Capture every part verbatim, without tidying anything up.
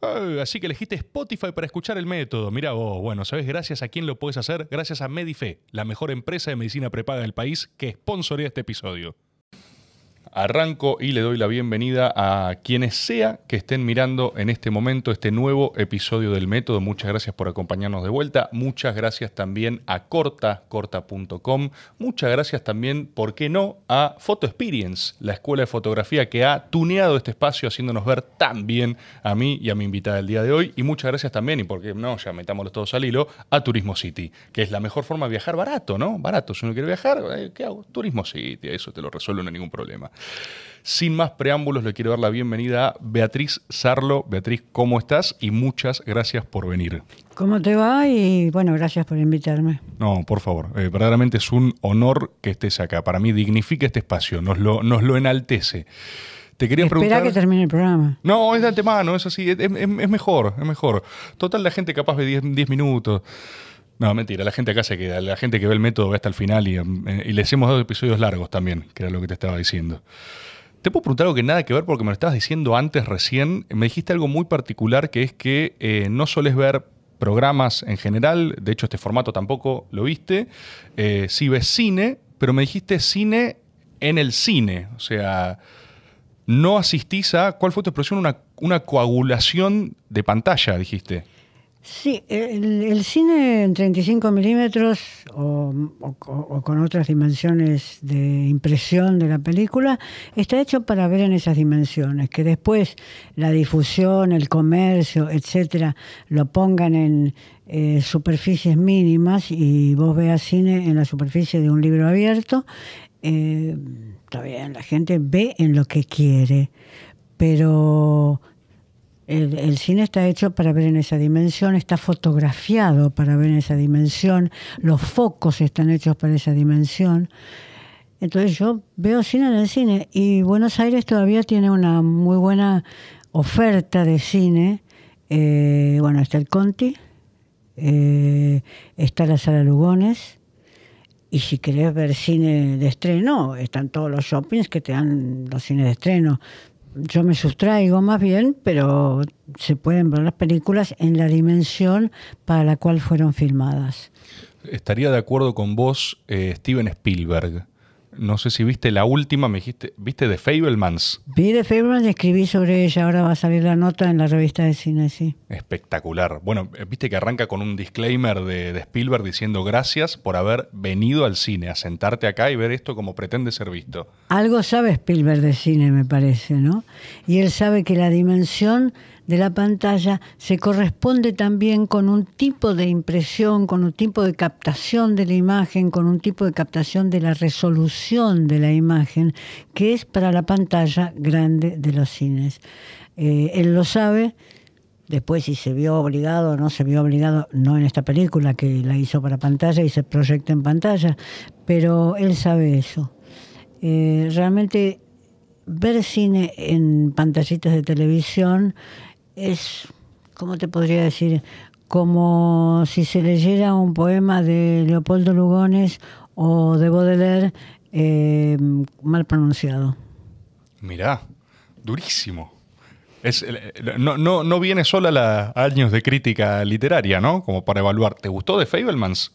Eh, así que elegiste Spotify para escuchar El Método. Mira vos, bueno, ¿sabés gracias a quién lo podés hacer? Gracias a Medife, la mejor empresa de medicina prepaga del país que sponsorea este episodio. Arranco y le doy la bienvenida a quienes sea que estén mirando en este momento este nuevo episodio del Método. Muchas gracias por acompañarnos de vuelta. Muchas gracias también a Corta, corta punto com. Muchas gracias también, ¿por qué no?, a Photo Experience, la escuela de fotografía que ha tuneado este espacio haciéndonos ver tan bien a mí y a mi invitada del día de hoy. Y muchas gracias también, y por qué no, ya metámoslos todos al hilo, a Turismo City, que es la mejor forma de viajar barato, ¿no? Barato, si uno quiere viajar, ¿qué hago? Turismo City, eso te lo resuelvo, no hay ningún problema. Sin más preámbulos, le quiero dar la bienvenida a Beatriz Sarlo. Beatriz, ¿cómo estás? Y muchas gracias por venir. ¿Cómo te va? Y bueno, gracias por invitarme. No, por favor, eh, verdaderamente es un honor que estés acá. Para mí dignifica este espacio, nos lo, nos lo enaltece. Te quería Espera preguntar... que termine el programa. No, es de antemano, es así, es, es, es mejor, es mejor. Total, la gente capaz de diez minutos... No, mentira, la gente acá se queda, la gente que ve el método ve hasta el final y, y les hemos dado episodios largos también, que era lo que te estaba diciendo. Te puedo preguntar algo que nada que ver porque me lo estabas diciendo antes recién. Me dijiste algo muy particular, que es que eh, no solés ver programas en general, de hecho este formato tampoco lo viste, eh, sí ves cine, pero me dijiste cine en el cine, o sea, no asistís a, ¿cuál fue tu expresión? Una, una coagulación de pantalla, dijiste. Sí, el, el cine en treinta y cinco milímetros o, o, o con otras dimensiones de impresión de la película está hecho para ver en esas dimensiones, que después la difusión, el comercio, etcétera, lo pongan en eh, superficies mínimas y vos veas cine en la superficie de un libro abierto. Eh, está bien, la gente ve en lo que quiere, pero... El, el cine está hecho para ver en esa dimensión, está fotografiado para ver en esa dimensión, los focos están hechos para esa dimensión. Entonces yo veo cine en el cine y Buenos Aires todavía tiene una muy buena oferta de cine. Eh, bueno, está el Conti, eh, está la Sala Lugones, y si querés ver cine de estreno, están todos los shoppings que te dan los cines de estreno. Yo me sustraigo más bien, pero se pueden ver las películas en la dimensión para la cual fueron filmadas. Estaría de acuerdo con vos, eh, Steven Spielberg. No sé si viste la última, me dijiste, ¿viste The Fabelmans? Vi The Fabelmans y escribí sobre ella, ahora va a salir la nota en la revista de cine, sí. Espectacular. Bueno, viste que arranca con un disclaimer de, de Spielberg diciendo gracias por haber venido al cine, a sentarte acá y ver esto como pretende ser visto. Algo sabe Spielberg de cine, me parece, ¿no? Y él sabe que la dimensión de la pantalla se corresponde también con un tipo de impresión, con un tipo de captación de la imagen, con un tipo de captación de la resolución de la imagen, que es para la pantalla grande de los cines. Eh, él lo sabe. Después, si se vio obligado o no se vio obligado, no en esta película que la hizo para pantalla y se proyecta en pantalla, pero él sabe eso. Eh, realmente ver cine en pantallitas de televisión es, ¿cómo te podría decir? Como si se leyera un poema de Leopoldo Lugones o de Baudelaire eh, mal pronunciado. Mirá, durísimo. Es, no, no, no viene sola la años de crítica literaria, ¿no? Como para evaluar. ¿Te gustó The Fabelmans?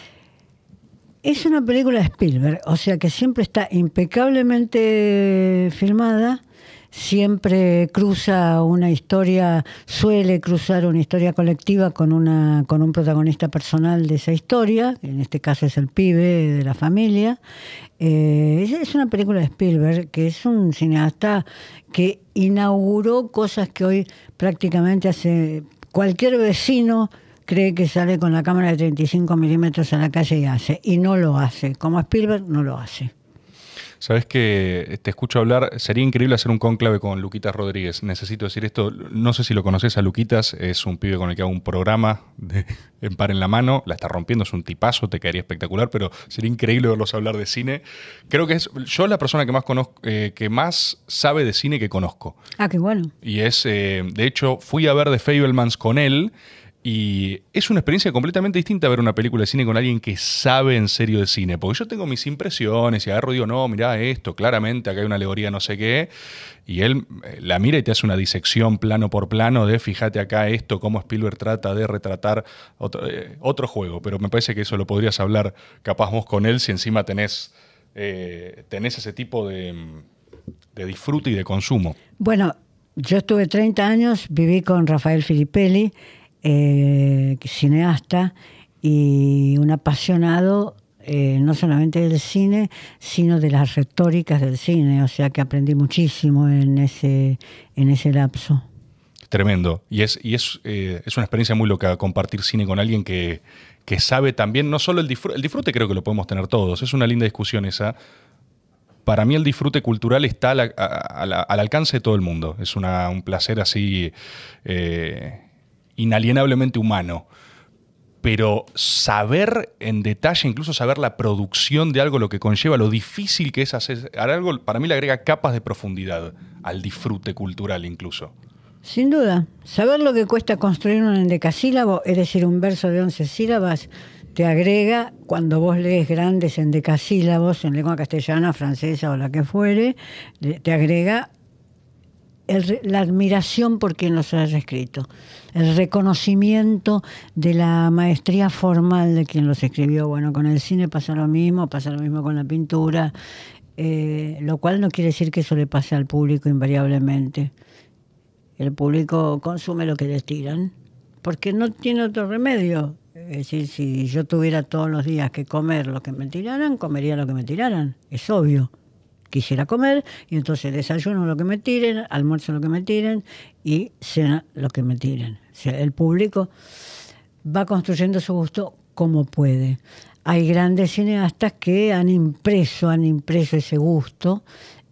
Es una película de Spielberg, o sea que siempre está impecablemente filmada, siempre cruza una historia, suele cruzar una historia colectiva con una con un protagonista personal de esa historia, en este caso es el pibe de la familia. Eh, es, es una película de Spielberg, que es un cineasta que inauguró cosas que hoy prácticamente hace cualquier vecino cree que sale con la cámara de treinta y cinco milímetros a la calle y hace, y no lo hace, como Spielberg no lo hace. Sabes que te escucho hablar, sería increíble hacer un cónclave con Luquitas Rodríguez. Necesito decir esto, no sé si lo conoces a Luquitas, es un pibe con el que hago un programa de En Par en la Mano, la está rompiendo, es un tipazo, te quedaría espectacular, pero sería increíble verlos hablar de cine. Creo que es yo la persona que más conozco, eh, que más sabe de cine que conozco. Ah, qué bueno. Y es, eh, de hecho, fui a ver The Fabelmans con él. Y es una experiencia completamente distinta ver una película de cine con alguien que sabe en serio de cine. Porque yo tengo mis impresiones y agarro y digo, no, mirá esto, claramente acá hay una alegoría no sé qué. Y él la mira y te hace una disección plano por plano de fíjate acá esto, cómo Spielberg trata de retratar otro, eh, otro juego. Pero me parece que eso lo podrías hablar capaz vos con él si encima tenés, eh, tenés ese tipo de, de disfrute y de consumo. Bueno, yo estuve treinta años, viví con Rafael Filippelli, Eh, cineasta y un apasionado eh, no solamente del cine, sino de las retóricas del cine, o sea que aprendí muchísimo en ese, en ese lapso. Tremendo. Y es, y es, eh, es una experiencia muy loca compartir cine con alguien que, que sabe también, no solo el disfrute, el disfrute creo que lo podemos tener todos, es una linda discusión esa. Para mí el disfrute cultural está al, a, a, a, al alcance de todo el mundo. Es una, un placer así... Eh, inalienablemente humano, pero saber en detalle, incluso saber la producción de algo, lo que conlleva, lo difícil que es hacer algo, para mí le agrega capas de profundidad al disfrute cultural incluso. Sin duda, saber lo que cuesta construir un endecasílabo, es decir, un verso de once sílabas, te agrega, cuando vos lees grandes endecasílabos en lengua castellana, francesa o la que fuere, te agrega El, la admiración por quien los haya escrito, el reconocimiento de la maestría formal de quien los escribió. Bueno, con el cine pasa lo mismo, pasa lo mismo con la pintura, eh, lo cual no quiere decir que eso le pase al público invariablemente. El público consume lo que le tiran, porque no tiene otro remedio. Es decir, si yo tuviera todos los días que comer lo que me tiraran, comería lo que me tiraran, es obvio. Quisiera comer y entonces desayuno lo que me tiren, almuerzo lo que me tiren y cena lo que me tiren. O sea, el público va construyendo su gusto como puede. Hay grandes cineastas que han impreso, han impreso ese gusto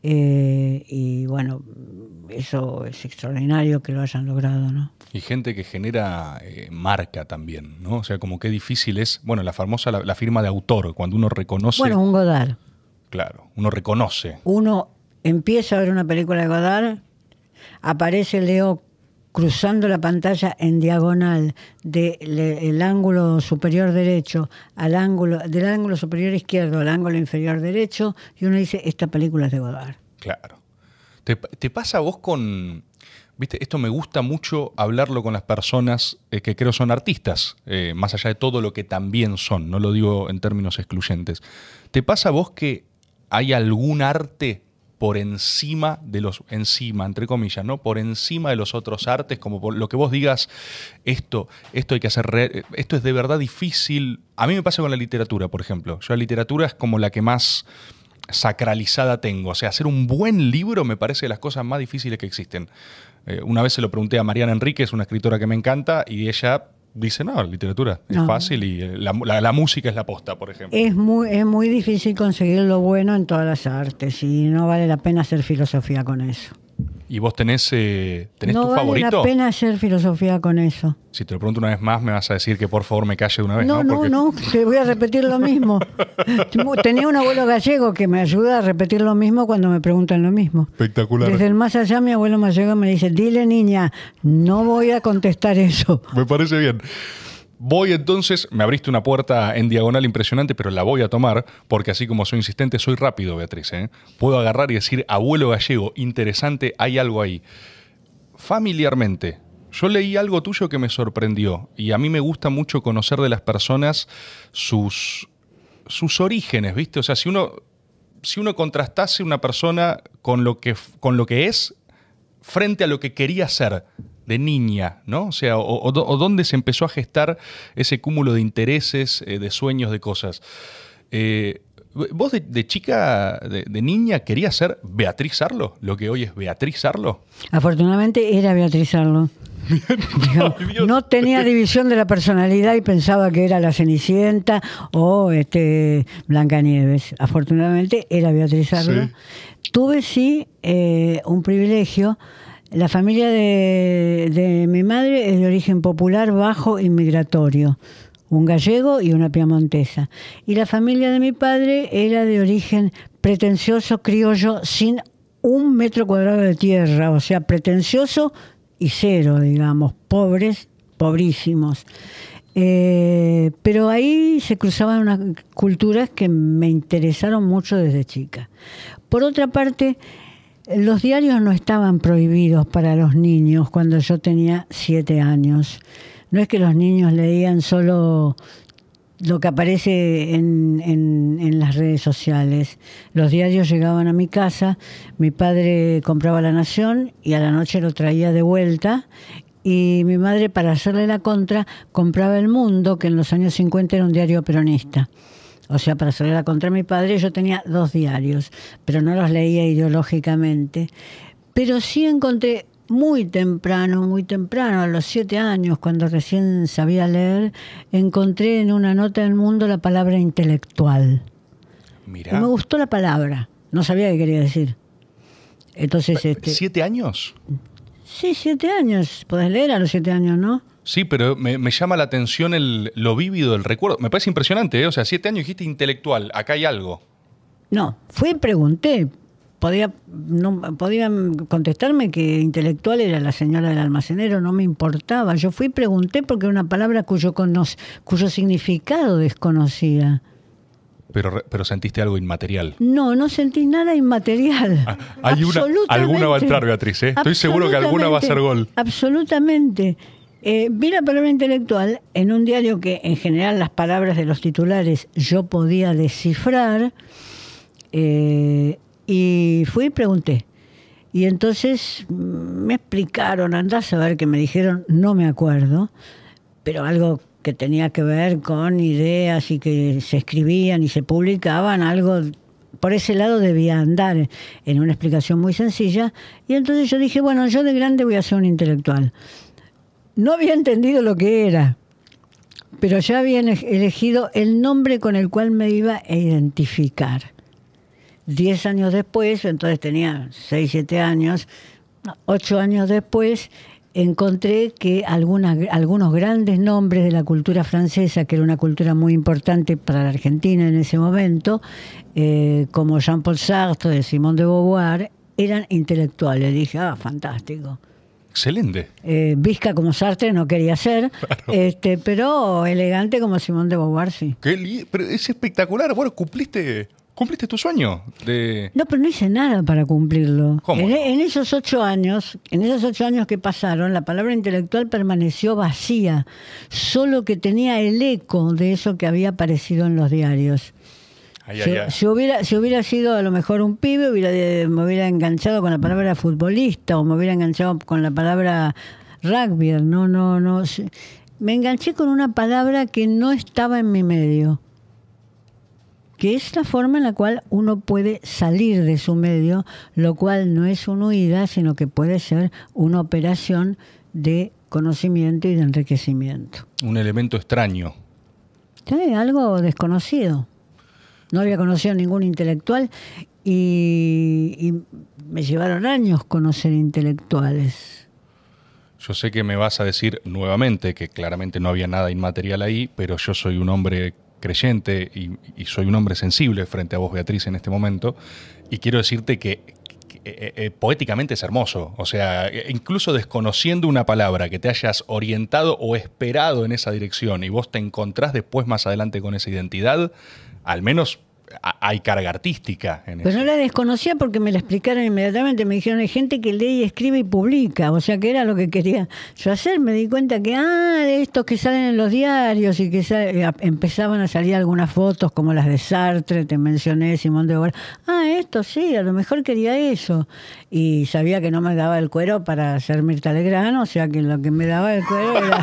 eh, y bueno, eso es extraordinario que lo hayan logrado, ¿no? Y gente que genera eh, marca también, ¿no? O sea, como qué difícil es, bueno, la famosa, la, la firma de autor, cuando uno reconoce... Bueno, un Godard. Claro, uno reconoce. Uno empieza a ver una película de Godard, aparece Leo cruzando la pantalla en diagonal del ángulo superior derecho al ángulo, del ángulo superior izquierdo al ángulo inferior derecho, y uno dice, esta película es de Godard. Claro. ¿Te, te pasa a vos con... Viste, esto me gusta mucho hablarlo con las personas eh, que creo son artistas, eh, más allá de todo lo que también son, no lo digo en términos excluyentes. ¿Te pasa a vos que hay algún arte por encima de los, encima, entre comillas, ¿no? Por encima de los otros artes, como por lo que vos digas, esto, esto hay que hacer, re, esto es de verdad difícil? A mí me pasa con la literatura, por ejemplo. Yo la literatura es como la que más sacralizada tengo. O sea, hacer un buen libro me parece de las cosas más difíciles que existen. Eh, una vez se lo pregunté a Mariana Enríquez, una escritora que me encanta, y ella dice, no, la literatura es no. fácil y la, la, la música es la posta, por ejemplo. Es muy, es muy difícil conseguir lo bueno en todas las artes y no vale la pena hacer filosofía con eso. ¿Y vos tenés, eh, tenés no tu vale favorito? No vale la pena hacer filosofía con eso. Si te lo pregunto una vez más, me vas a decir que por favor me calle de una vez, ¿no? No, Porque... no, no, te voy a repetir lo mismo. Tenía un abuelo gallego que me ayuda a repetir lo mismo cuando me preguntan lo mismo. Espectacular. Desde el más allá, mi abuelo gallego me dice, dile niña, no voy a contestar eso. Me parece bien. Voy entonces, me abriste una puerta en diagonal impresionante, pero la voy a tomar, porque así como soy insistente, soy rápido, Beatriz, ¿eh? Puedo agarrar y decir, abuelo gallego, interesante, hay algo ahí. Familiarmente, yo leí algo tuyo que me sorprendió, y a mí me gusta mucho conocer de las personas sus, sus orígenes, ¿viste? O sea, si uno, si uno contrastase una persona con lo que, con lo que es frente a lo que quería ser de niña, ¿no? O sea, o, o, o dónde se empezó a gestar ese cúmulo de intereses, eh, de sueños, de cosas. Eh, ¿Vos de, de chica, de, de niña, querías ser Beatriz Arlo? ¿Lo que hoy es Beatriz Arlo? Afortunadamente era Beatriz Arlo. Digo, no tenía división de la personalidad y pensaba que era la Cenicienta o este, Blancanieves. Afortunadamente era Beatriz Arlo. Sí. Tuve, sí, eh, un privilegio. La familia de, de mi madre es de origen popular, bajo y migratorio. Un gallego y una piamontesa. Y la familia de mi padre era de origen pretencioso, criollo, sin un metro cuadrado de tierra. O sea, pretencioso y cero, digamos. Pobres, pobrísimos. Eh, pero ahí se cruzaban unas culturas que me interesaron mucho desde chica. Por otra parte, los diarios no estaban prohibidos para los niños cuando yo tenía siete años. No es que los niños leían solo lo que aparece en, en, en las redes sociales. Los diarios llegaban a mi casa, mi padre compraba La Nación y a la noche lo traía de vuelta, y mi madre, para hacerle la contra, compraba El Mundo, que en los años cincuenta era un diario peronista. O sea, para hacerle la contra a mi padre, yo tenía dos diarios, pero no los leía ideológicamente. Pero sí encontré muy temprano, muy temprano, a los siete años, cuando recién sabía leer, encontré en una nota del Mundo la palabra intelectual. Mirá. Y me gustó la palabra, no sabía qué quería decir. Entonces, este, ¿Siete años? Sí, siete años. Podés leer a los siete años, ¿no? Sí, pero me, me llama la atención el, lo vívido del recuerdo. Me parece impresionante, ¿eh? O sea, siete años dijiste intelectual. Acá hay algo. No, fui y pregunté. Podía, no, podían contestarme que intelectual era la señora del almacenero, no me importaba. Yo fui y pregunté porque era una palabra cuyo, cono, cuyo significado desconocía. Pero, pero sentiste algo inmaterial. No, no sentí nada inmaterial. Ah, hay una, alguna va a entrar, Beatriz, ¿eh? Estoy seguro que alguna va a ser gol. Absolutamente. Eh, vi la palabra intelectual en un diario que en general las palabras de los titulares yo podía descifrar, eh, y fui y pregunté. Y entonces me explicaron, andás a ver qué me dijeron, no me acuerdo, pero algo que tenía que ver con ideas y que se escribían y se publicaban, algo por ese lado debía andar, en una explicación muy sencilla. Y entonces yo dije, bueno, yo de grande voy a ser un intelectual. No había entendido lo que era, pero ya había elegido el nombre con el cual me iba a identificar. Diez años después, entonces tenía seis, siete años, ocho años después, encontré que algunas, algunos grandes nombres de la cultura francesa, que era una cultura muy importante para la Argentina en ese momento, eh, como Jean-Paul Sartre, Simone de Beauvoir, eran intelectuales. Dije, ah, fantástico. Excelente. Eh, Visca como Sartre no quería ser, claro. este, pero elegante como Simone de Beauvoir, sí. Qué li- pero es espectacular. Bueno, cumpliste... ¿Cumpliste tu sueño? De... No, pero no hice nada para cumplirlo. ¿Cómo? En, en esos ocho años, en esos ocho años que pasaron, la palabra intelectual permaneció vacía, solo que tenía el eco de eso que había aparecido en los diarios. Ay, si, ay, ay. Si, hubiera, si hubiera sido a lo mejor un pibe, hubiera, me hubiera enganchado con la palabra futbolista o me hubiera enganchado con la palabra rugby. No, no, no. Me enganché con una palabra que no estaba en mi medio, que es la forma en la cual uno puede salir de su medio, lo cual no es una huida, sino que puede ser una operación de conocimiento y de enriquecimiento. Un elemento extraño. Sí, algo desconocido. No había conocido a ningún intelectual y, y me llevaron años conocer intelectuales. Yo sé que me vas a decir nuevamente que claramente no había nada inmaterial ahí, pero yo soy un hombre creyente y, y soy un hombre sensible frente a vos, Beatriz, en este momento, y quiero decirte que, que eh, eh, poéticamente es hermoso. O sea, incluso desconociendo una palabra, que te hayas orientado o esperado en esa dirección y vos te encontrás después más adelante con esa identidad, al menos hay carga artística en eso. Pero no la desconocía porque me la explicaron inmediatamente. Me dijeron, hay gente que lee, escribe y publica. O sea, que era lo que quería yo hacer. Me di cuenta que, ah, estos que salen en los diarios y que sal, empezaban a salir algunas fotos como las de Sartre, te mencioné, Simone de Beauvoir. Ah, esto sí, a lo mejor quería eso. Y sabía que no me daba el cuero para ser Mirta Legrand, o sea que lo que me daba el cuero era...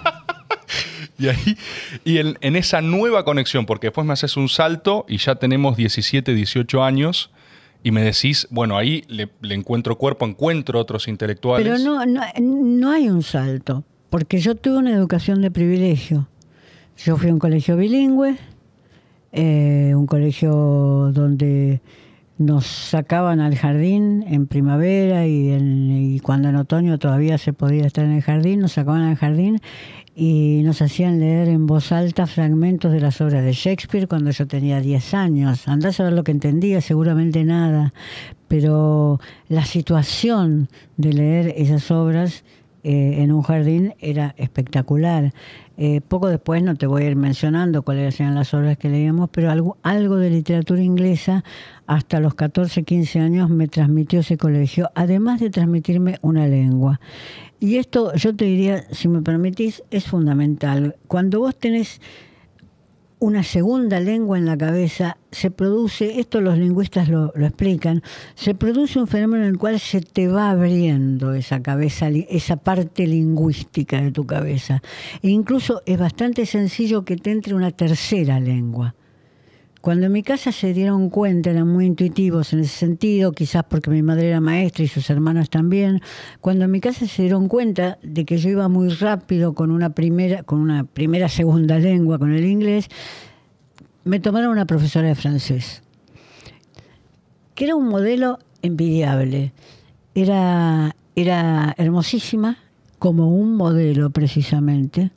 Y ahí, y en, en esa nueva conexión, porque después me haces un salto y ya tenemos diecisiete, dieciocho años y me decís, bueno, ahí le, le encuentro cuerpo, encuentro otros intelectuales. Pero no, no, no hay un salto, porque yo tuve una educación de privilegio. Yo fui a un colegio bilingüe, eh, un colegio donde nos sacaban al jardín en primavera y, en, y cuando en otoño todavía se podía estar en el jardín, nos sacaban al jardín y nos hacían leer en voz alta fragmentos de las obras de Shakespeare cuando yo tenía diez años. Andás a ver lo que entendía, seguramente nada, pero la situación de leer esas obras eh, en un jardín era espectacular. Eh, poco después, no te voy a ir mencionando cuáles eran las obras que leíamos, pero algo, algo de literatura inglesa hasta los catorce, quince años me transmitió ese colegio, además de transmitirme una lengua. Y esto, yo te diría, si me permitís, es fundamental. Cuando vos tenés una segunda lengua en la cabeza, se produce, esto los lingüistas lo, lo explican, se produce un fenómeno en el cual se te va abriendo esa cabeza, esa parte lingüística de tu cabeza. E incluso es bastante sencillo que te entre una tercera lengua. Cuando en mi casa se dieron cuenta, eran muy intuitivos en ese sentido, quizás porque mi madre era maestra y sus hermanas también. Cuando en mi casa se dieron cuenta de que yo iba muy rápido con una primera, con una primera segunda lengua, con el inglés, me tomaron una profesora de francés, que era un modelo envidiable. Era, era hermosísima, como un modelo precisamente.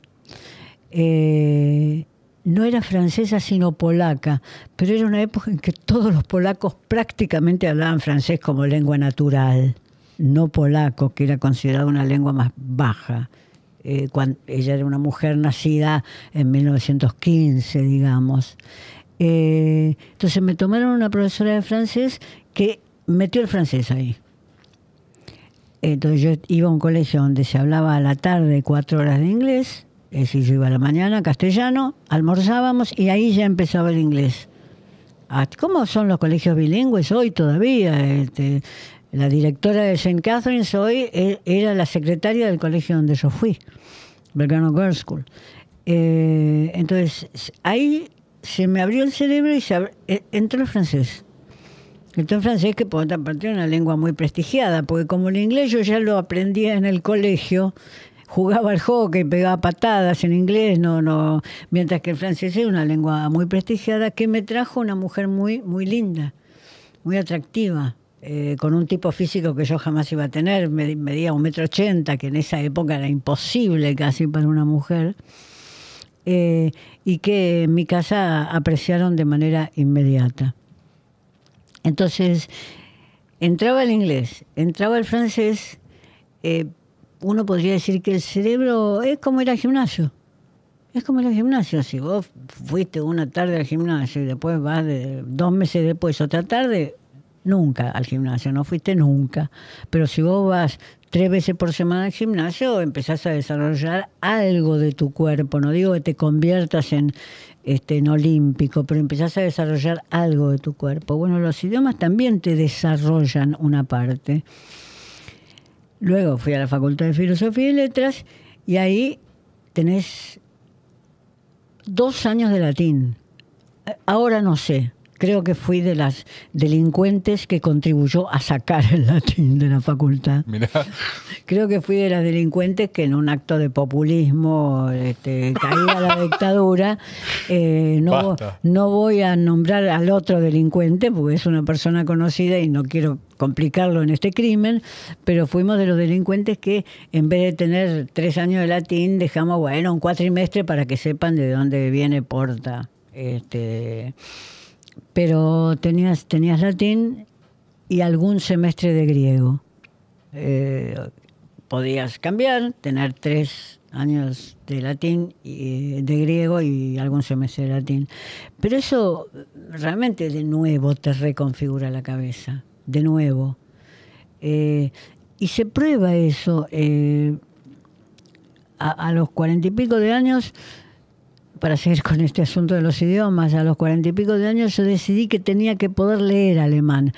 Eh, No era francesa, sino polaca, pero era una época en que todos los polacos prácticamente hablaban francés como lengua natural, no polaco, que era considerado una lengua más baja. Eh, cuando, ella era una mujer nacida en mil novecientos quince, digamos. Eh, entonces me tomaron una profesora de francés que metió el francés ahí. Entonces yo iba a un colegio donde se hablaba a la tarde cuatro horas de inglés. Es decir, yo iba a la mañana, castellano, almorzábamos y ahí ya empezaba el inglés. ¿Cómo son los colegios bilingües hoy todavía? Este, la directora de Saint Catherine's hoy era la secretaria del colegio donde yo fui, Belgrano Girls School. Eh, entonces, ahí se me abrió el cerebro y se abrió, entró el francés. Entró el francés, que por otra parte era una lengua muy prestigiada, porque como el inglés yo ya lo aprendía en el colegio, jugaba al hockey, pegaba patadas en inglés, no, no, mientras que el francés es una lengua muy prestigiada, que me trajo una mujer muy, muy linda, muy atractiva, eh, con un tipo físico que yo jamás iba a tener, medía un metro ochenta, que en esa época era imposible casi para una mujer, eh, y que en mi casa apreciaron de manera inmediata. Entonces, entraba el inglés, entraba el francés, eh, uno podría decir que el cerebro es como ir al gimnasio. Es como ir al gimnasio. Si vos fuiste una tarde al gimnasio y después vas de, dos meses después otra tarde, nunca al gimnasio, no fuiste nunca. Pero si vos vas tres veces por semana al gimnasio, empezás a desarrollar algo de tu cuerpo. No digo que te conviertas en, este, en olímpico, pero empezás a desarrollar algo de tu cuerpo. Bueno, los idiomas también te desarrollan una parte. Luego fui a la Facultad de Filosofía y Letras y ahí tenés dos años de latín. Ahora no sé, creo que fui de las delincuentes que contribuyó a sacar el latín de la facultad. Mirá. Creo que fui de las delincuentes que en un acto de populismo este, caía la dictadura. Eh, no, no voy a nombrar al otro delincuente porque es una persona conocida y no quiero complicarlo en este crimen, pero fuimos de los delincuentes que en vez de tener tres años de latín dejamos, bueno, un cuatrimestre para que sepan de dónde viene Porta. Este, pero tenías, tenías latín y algún semestre de griego. Eh, podías cambiar, tener tres años de latín, y, de griego y algún semestre de latín. Pero eso realmente de nuevo te reconfigura la cabeza. De nuevo. Eh, y se prueba eso eh, a, a los cuarenta y pico de años, para seguir con este asunto de los idiomas, a los cuarenta y pico de años yo decidí que tenía que poder leer alemán.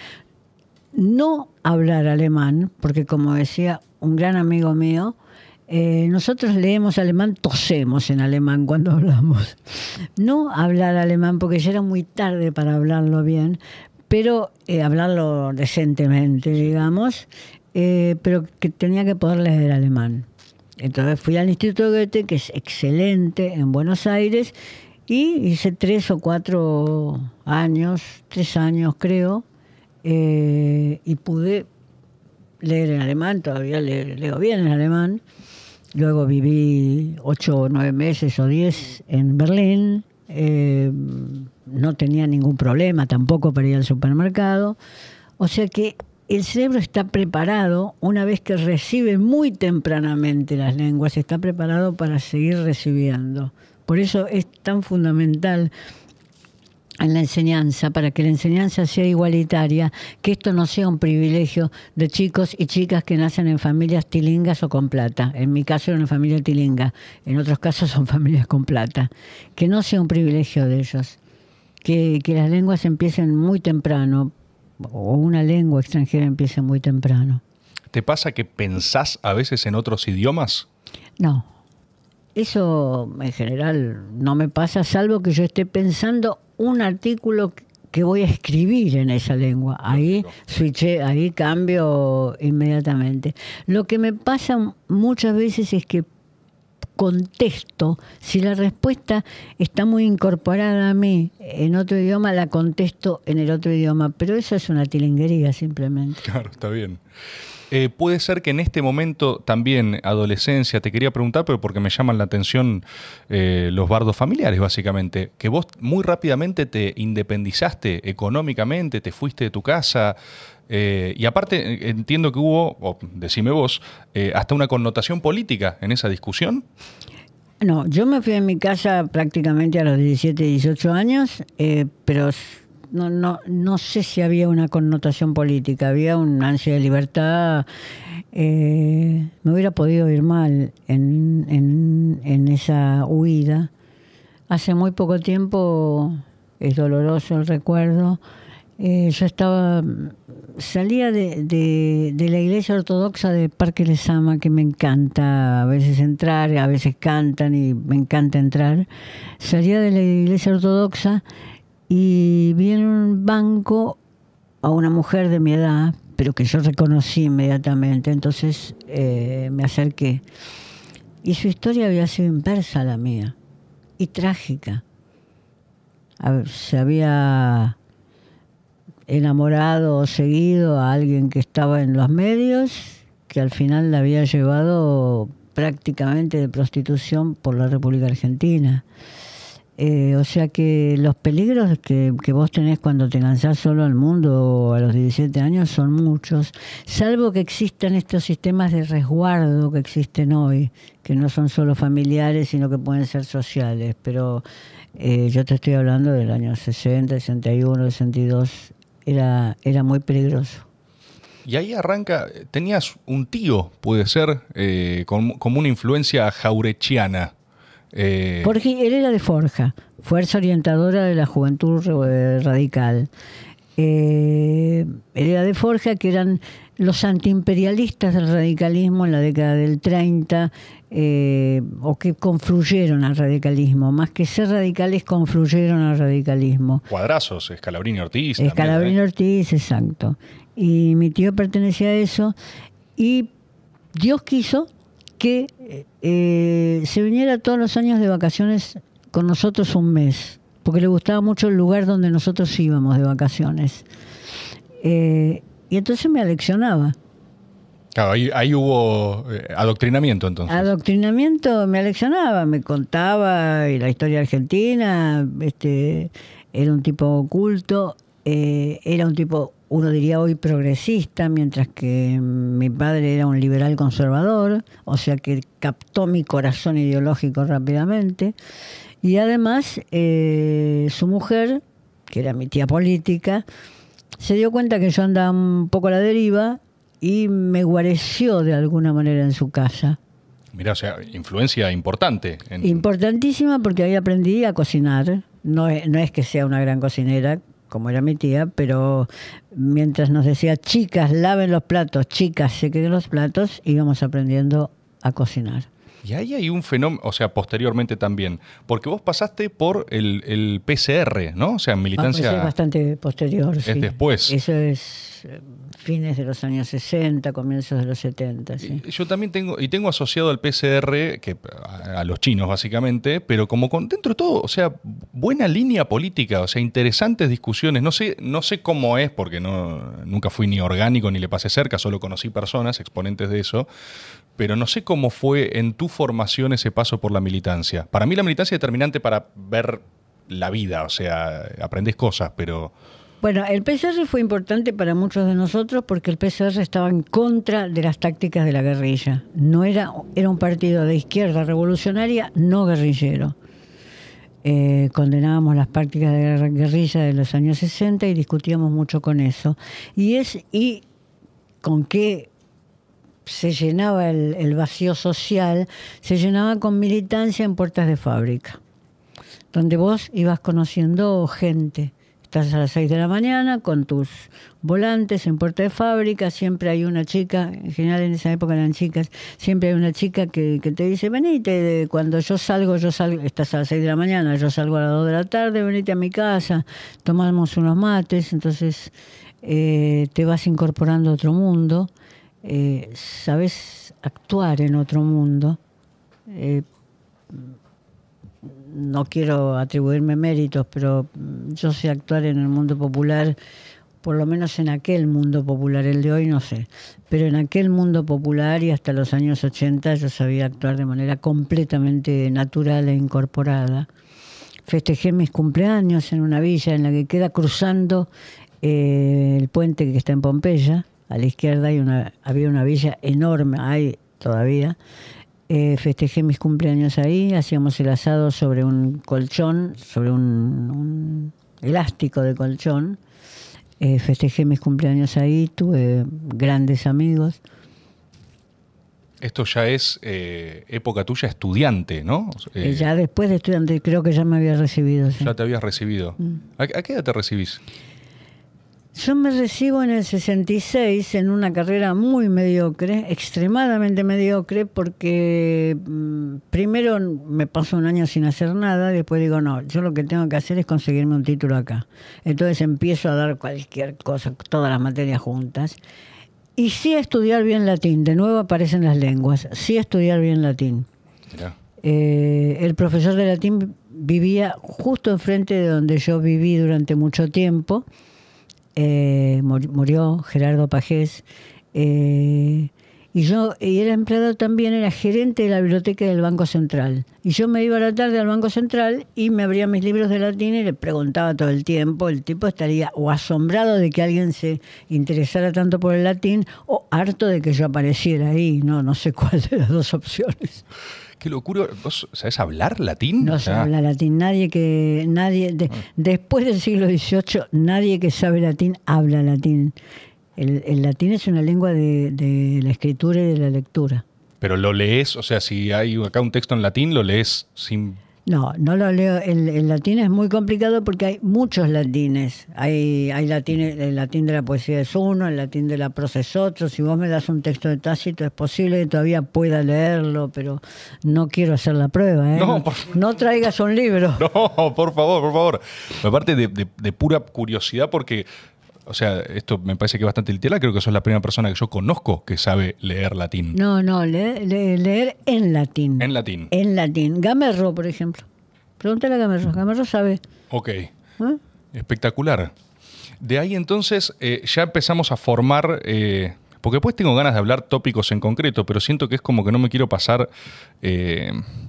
No hablar alemán, porque como decía un gran amigo mío, eh, nosotros leemos alemán, tosemos en alemán cuando hablamos. No hablar alemán, porque ya era muy tarde para hablarlo bien, pero eh, hablarlo decentemente, digamos, eh, pero que tenía que poder leer alemán. Entonces fui al Instituto Goethe, que es excelente en Buenos Aires, y hice tres o cuatro años, tres años creo, eh, y pude leer en alemán, todavía le, leo bien en alemán. Luego viví ocho o nueve meses o diez en Berlín. Eh, no tenía ningún problema tampoco para ir al supermercado. O sea que el cerebro está preparado, una vez que recibe muy tempranamente las lenguas, está preparado para seguir recibiendo. Por eso es tan fundamental en la enseñanza, para que la enseñanza sea igualitaria, que esto no sea un privilegio de chicos y chicas que nacen en familias tilingas o con plata. En mi caso era una familia tilinga, en otros casos son familias con plata. Que no sea un privilegio de ellos. Que, que las lenguas empiecen muy temprano, o una lengua extranjera empiece muy temprano. ¿Te pasa que pensás a veces en otros idiomas? No. Eso en general no me pasa, salvo que yo esté pensando un artículo que voy a escribir en esa lengua. Ahí switché, ahí cambio inmediatamente. Lo que me pasa muchas veces es que contesto, si la respuesta está muy incorporada a mí en otro idioma, la contesto en el otro idioma, pero eso es una tilinguería simplemente. Claro, está bien. Eh, puede ser que en este momento también, adolescencia, te quería preguntar, pero porque me llaman la atención eh, los bardos familiares, básicamente, que vos muy rápidamente te independizaste económicamente, te fuiste de tu casa, eh, y aparte entiendo que hubo, o decime vos, eh, hasta una connotación política en esa discusión. No, yo me fui de mi casa prácticamente a los diecisiete, dieciocho años, eh, pero... No, no, no sé si había una connotación política, había un ansia de libertad. Eh, me hubiera podido ir mal en, en, en esa huida. Hace muy poco tiempo, es doloroso el recuerdo, eh, yo estaba, salía de, de, de la iglesia ortodoxa de Parque Lezama, que me encanta a veces entrar, a veces cantan y me encanta entrar. Salía de la iglesia ortodoxa y vi en un banco a una mujer de mi edad, pero que yo reconocí inmediatamente. Entonces eh, me acerqué. Y su historia había sido inversa a la mía. Y trágica. Se había enamorado o seguido a alguien que estaba en los medios, que al final la había llevado prácticamente de prostitución por la República Argentina. Eh, o sea que los peligros que, que vos tenés cuando te lanzás solo al mundo a los diecisiete años son muchos, salvo que existan estos sistemas de resguardo que existen hoy, que no son solo familiares, sino que pueden ser sociales. Pero eh, yo te estoy hablando del año sesenta, sesenta y uno, sesenta y dos, era, era muy peligroso. Y ahí arranca, tenías un tío, puede ser, eh, con, como una influencia jaurechiana. Eh... Porque él era de Forja, fuerza orientadora de la juventud radical. Eh, él era de Forja, que eran los antiimperialistas del radicalismo en la década del treinta, eh, o que confluyeron al radicalismo. Más que ser radicales, confluyeron al radicalismo. Cuadrazos, Scalabrini Ortiz. Scalabrini ¿eh? Ortiz, exacto. Y mi tío pertenecía a eso. Y Dios quiso que eh, se viniera todos los años de vacaciones con nosotros un mes, porque le gustaba mucho el lugar donde nosotros íbamos de vacaciones. Eh, y entonces me aleccionaba. Claro, ahí, ahí hubo eh, adoctrinamiento entonces. Adoctrinamiento, me aleccionaba, me contaba y la historia argentina, este, era un tipo oculto, eh, era un tipo, uno diría hoy progresista, mientras que mi padre era un liberal conservador, o sea que captó mi corazón ideológico rápidamente. Y además, eh, su mujer, que era mi tía política, se dio cuenta que yo andaba un poco a la deriva y me guareció de alguna manera en su casa. Mirá, o sea, influencia importante. En... Importantísima, porque ahí aprendí a cocinar. No es, no es que sea una gran cocinera, como era mi tía, pero mientras nos decía, chicas, laven los platos, chicas, sequen los platos, íbamos aprendiendo a cocinar. Y ahí hay un fenómeno, o sea, posteriormente también, porque vos pasaste por el, el P C R, ¿no? O sea, militancia... Ah, pues es bastante posterior, es sí. después. Eso es fines de los años sesenta, comienzos de los setenta, sí. Yo también tengo, y tengo asociado al P C R, que a, a los chinos básicamente, pero como con dentro de todo, o sea, buena línea política, o sea, interesantes discusiones. No sé, no sé cómo es, porque no, nunca fui ni orgánico ni le pasé cerca, solo conocí personas, exponentes de eso, pero no sé cómo fue en tu formación ese paso por la militancia. Para mí la militancia es determinante para ver la vida, o sea, aprendés cosas, pero... Bueno, el P C R fue importante para muchos de nosotros porque el P C R estaba en contra de las tácticas de la guerrilla. No era, era un partido de izquierda revolucionaria, no guerrillero. Eh, condenábamos las prácticas de la guerrilla de los años sesenta y discutíamos mucho con eso. Y es y con qué se llenaba el, el vacío social, se llenaba con militancia en puertas de fábrica, donde vos ibas conociendo gente. Estás a las seis de la mañana con tus volantes en puerta de fábrica, siempre hay una chica, en general en esa época eran chicas, siempre hay una chica que, que te dice, venite, cuando yo salgo, yo salgo, estás a las seis de la mañana, yo salgo a las dos de la tarde, venite a mi casa, tomamos unos mates, entonces eh, te vas incorporando a otro mundo, eh, sabes actuar en otro mundo. Eh, No quiero atribuirme méritos, pero yo sé actuar en el mundo popular, por lo menos en aquel mundo popular, el de hoy no sé, pero en aquel mundo popular y hasta los años ochenta yo sabía actuar de manera completamente natural e incorporada. Festejé mis cumpleaños en una villa en la que queda cruzando eh, el puente que está en Pompeya, a la izquierda hay una, había una villa enorme, hay todavía. Eh, festejé mis cumpleaños ahí, hacíamos el asado sobre un colchón, sobre un, un elástico de colchón. Eh, festejé mis cumpleaños ahí, tuve grandes amigos. Esto ya es eh, época tuya estudiante, ¿no? Eh, Eh, ya después de estudiante, creo que ya me había recibido. Sí. Ya te habías recibido. Mm. ¿A, ¿A qué edad te recibís? Yo me recibo en el sesenta y seis en una carrera muy mediocre, extremadamente mediocre, porque mmm, primero me paso un año sin hacer nada, y después digo, no, yo lo que tengo que hacer es conseguirme un título acá. Entonces empiezo a dar cualquier cosa, todas las materias juntas, y sí estudiar bien latín, de nuevo aparecen las lenguas, sí estudiar bien latín. Eh, el profesor de latín vivía justo enfrente de donde yo viví durante mucho tiempo. Eh, murió Gerardo Pajés, eh, y yo y era empleado también, era gerente de la biblioteca del Banco Central, y yo me iba a la tarde al Banco Central y me abría mis libros de latín y le preguntaba todo el tiempo. El tipo estaría o asombrado de que alguien se interesara tanto por el latín o harto de que yo apareciera ahí. No, no sé cuál de las dos opciones. Qué locura. ¿Vos sabés hablar latín? No se habla latín. Nadie que... nadie de, después del siglo dieciocho, nadie que sabe latín habla latín. El, el latín es una lengua de, de la escritura y de la lectura. Pero lo lees, o sea, si hay acá un texto en latín, lo lees sin... No, no lo leo. El, el latín es muy complicado porque hay muchos latines. Hay, hay latín, el latín de la poesía es uno, el latín de la prosa es otro. Si vos me das un texto de Tácito, es posible que todavía pueda leerlo, pero no quiero hacer la prueba, ¿eh? No, por... no traigas un libro. No, por favor, por favor. Aparte de, de, de pura curiosidad, porque... O sea, esto me parece que es bastante literal. Creo que sos la primera persona que yo conozco que sabe leer latín. No, no, le, le, leer en latín. En latín. En latín. Gamerro, por ejemplo. Pregúntale a Gamerro. Gamerro sabe. Ok. ¿Eh? Espectacular. De ahí entonces eh, ya empezamos a formar... Eh, porque después tengo ganas de hablar tópicos en concreto, pero siento que es como que no me quiero pasar eh,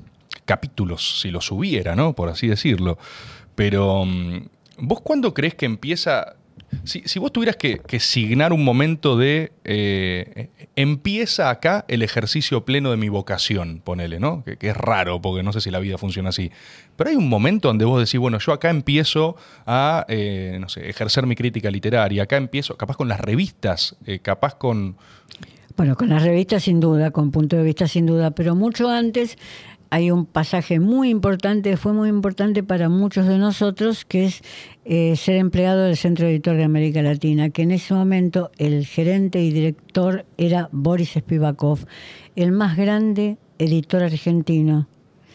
capítulos, si los hubiera, ¿no? Por así decirlo. Pero, ¿vos cuándo crees que empieza... Si, si vos tuvieras que, que signar un momento de eh, empieza acá el ejercicio pleno de mi vocación, ponele, ¿no? Que, que es raro porque no sé si la vida funciona así. Pero hay un momento donde vos decís, bueno, yo acá empiezo a, eh, no sé, ejercer mi crítica literaria, acá empiezo, capaz con las revistas, eh, capaz con... Bueno, con las revistas sin duda, con Punto de Vista sin duda, pero mucho antes... Hay un pasaje muy importante, fue muy importante para muchos de nosotros, que es eh, ser empleado del Centro Editor de América Latina, que en ese momento el gerente y director era Boris Spivakov, el más grande editor argentino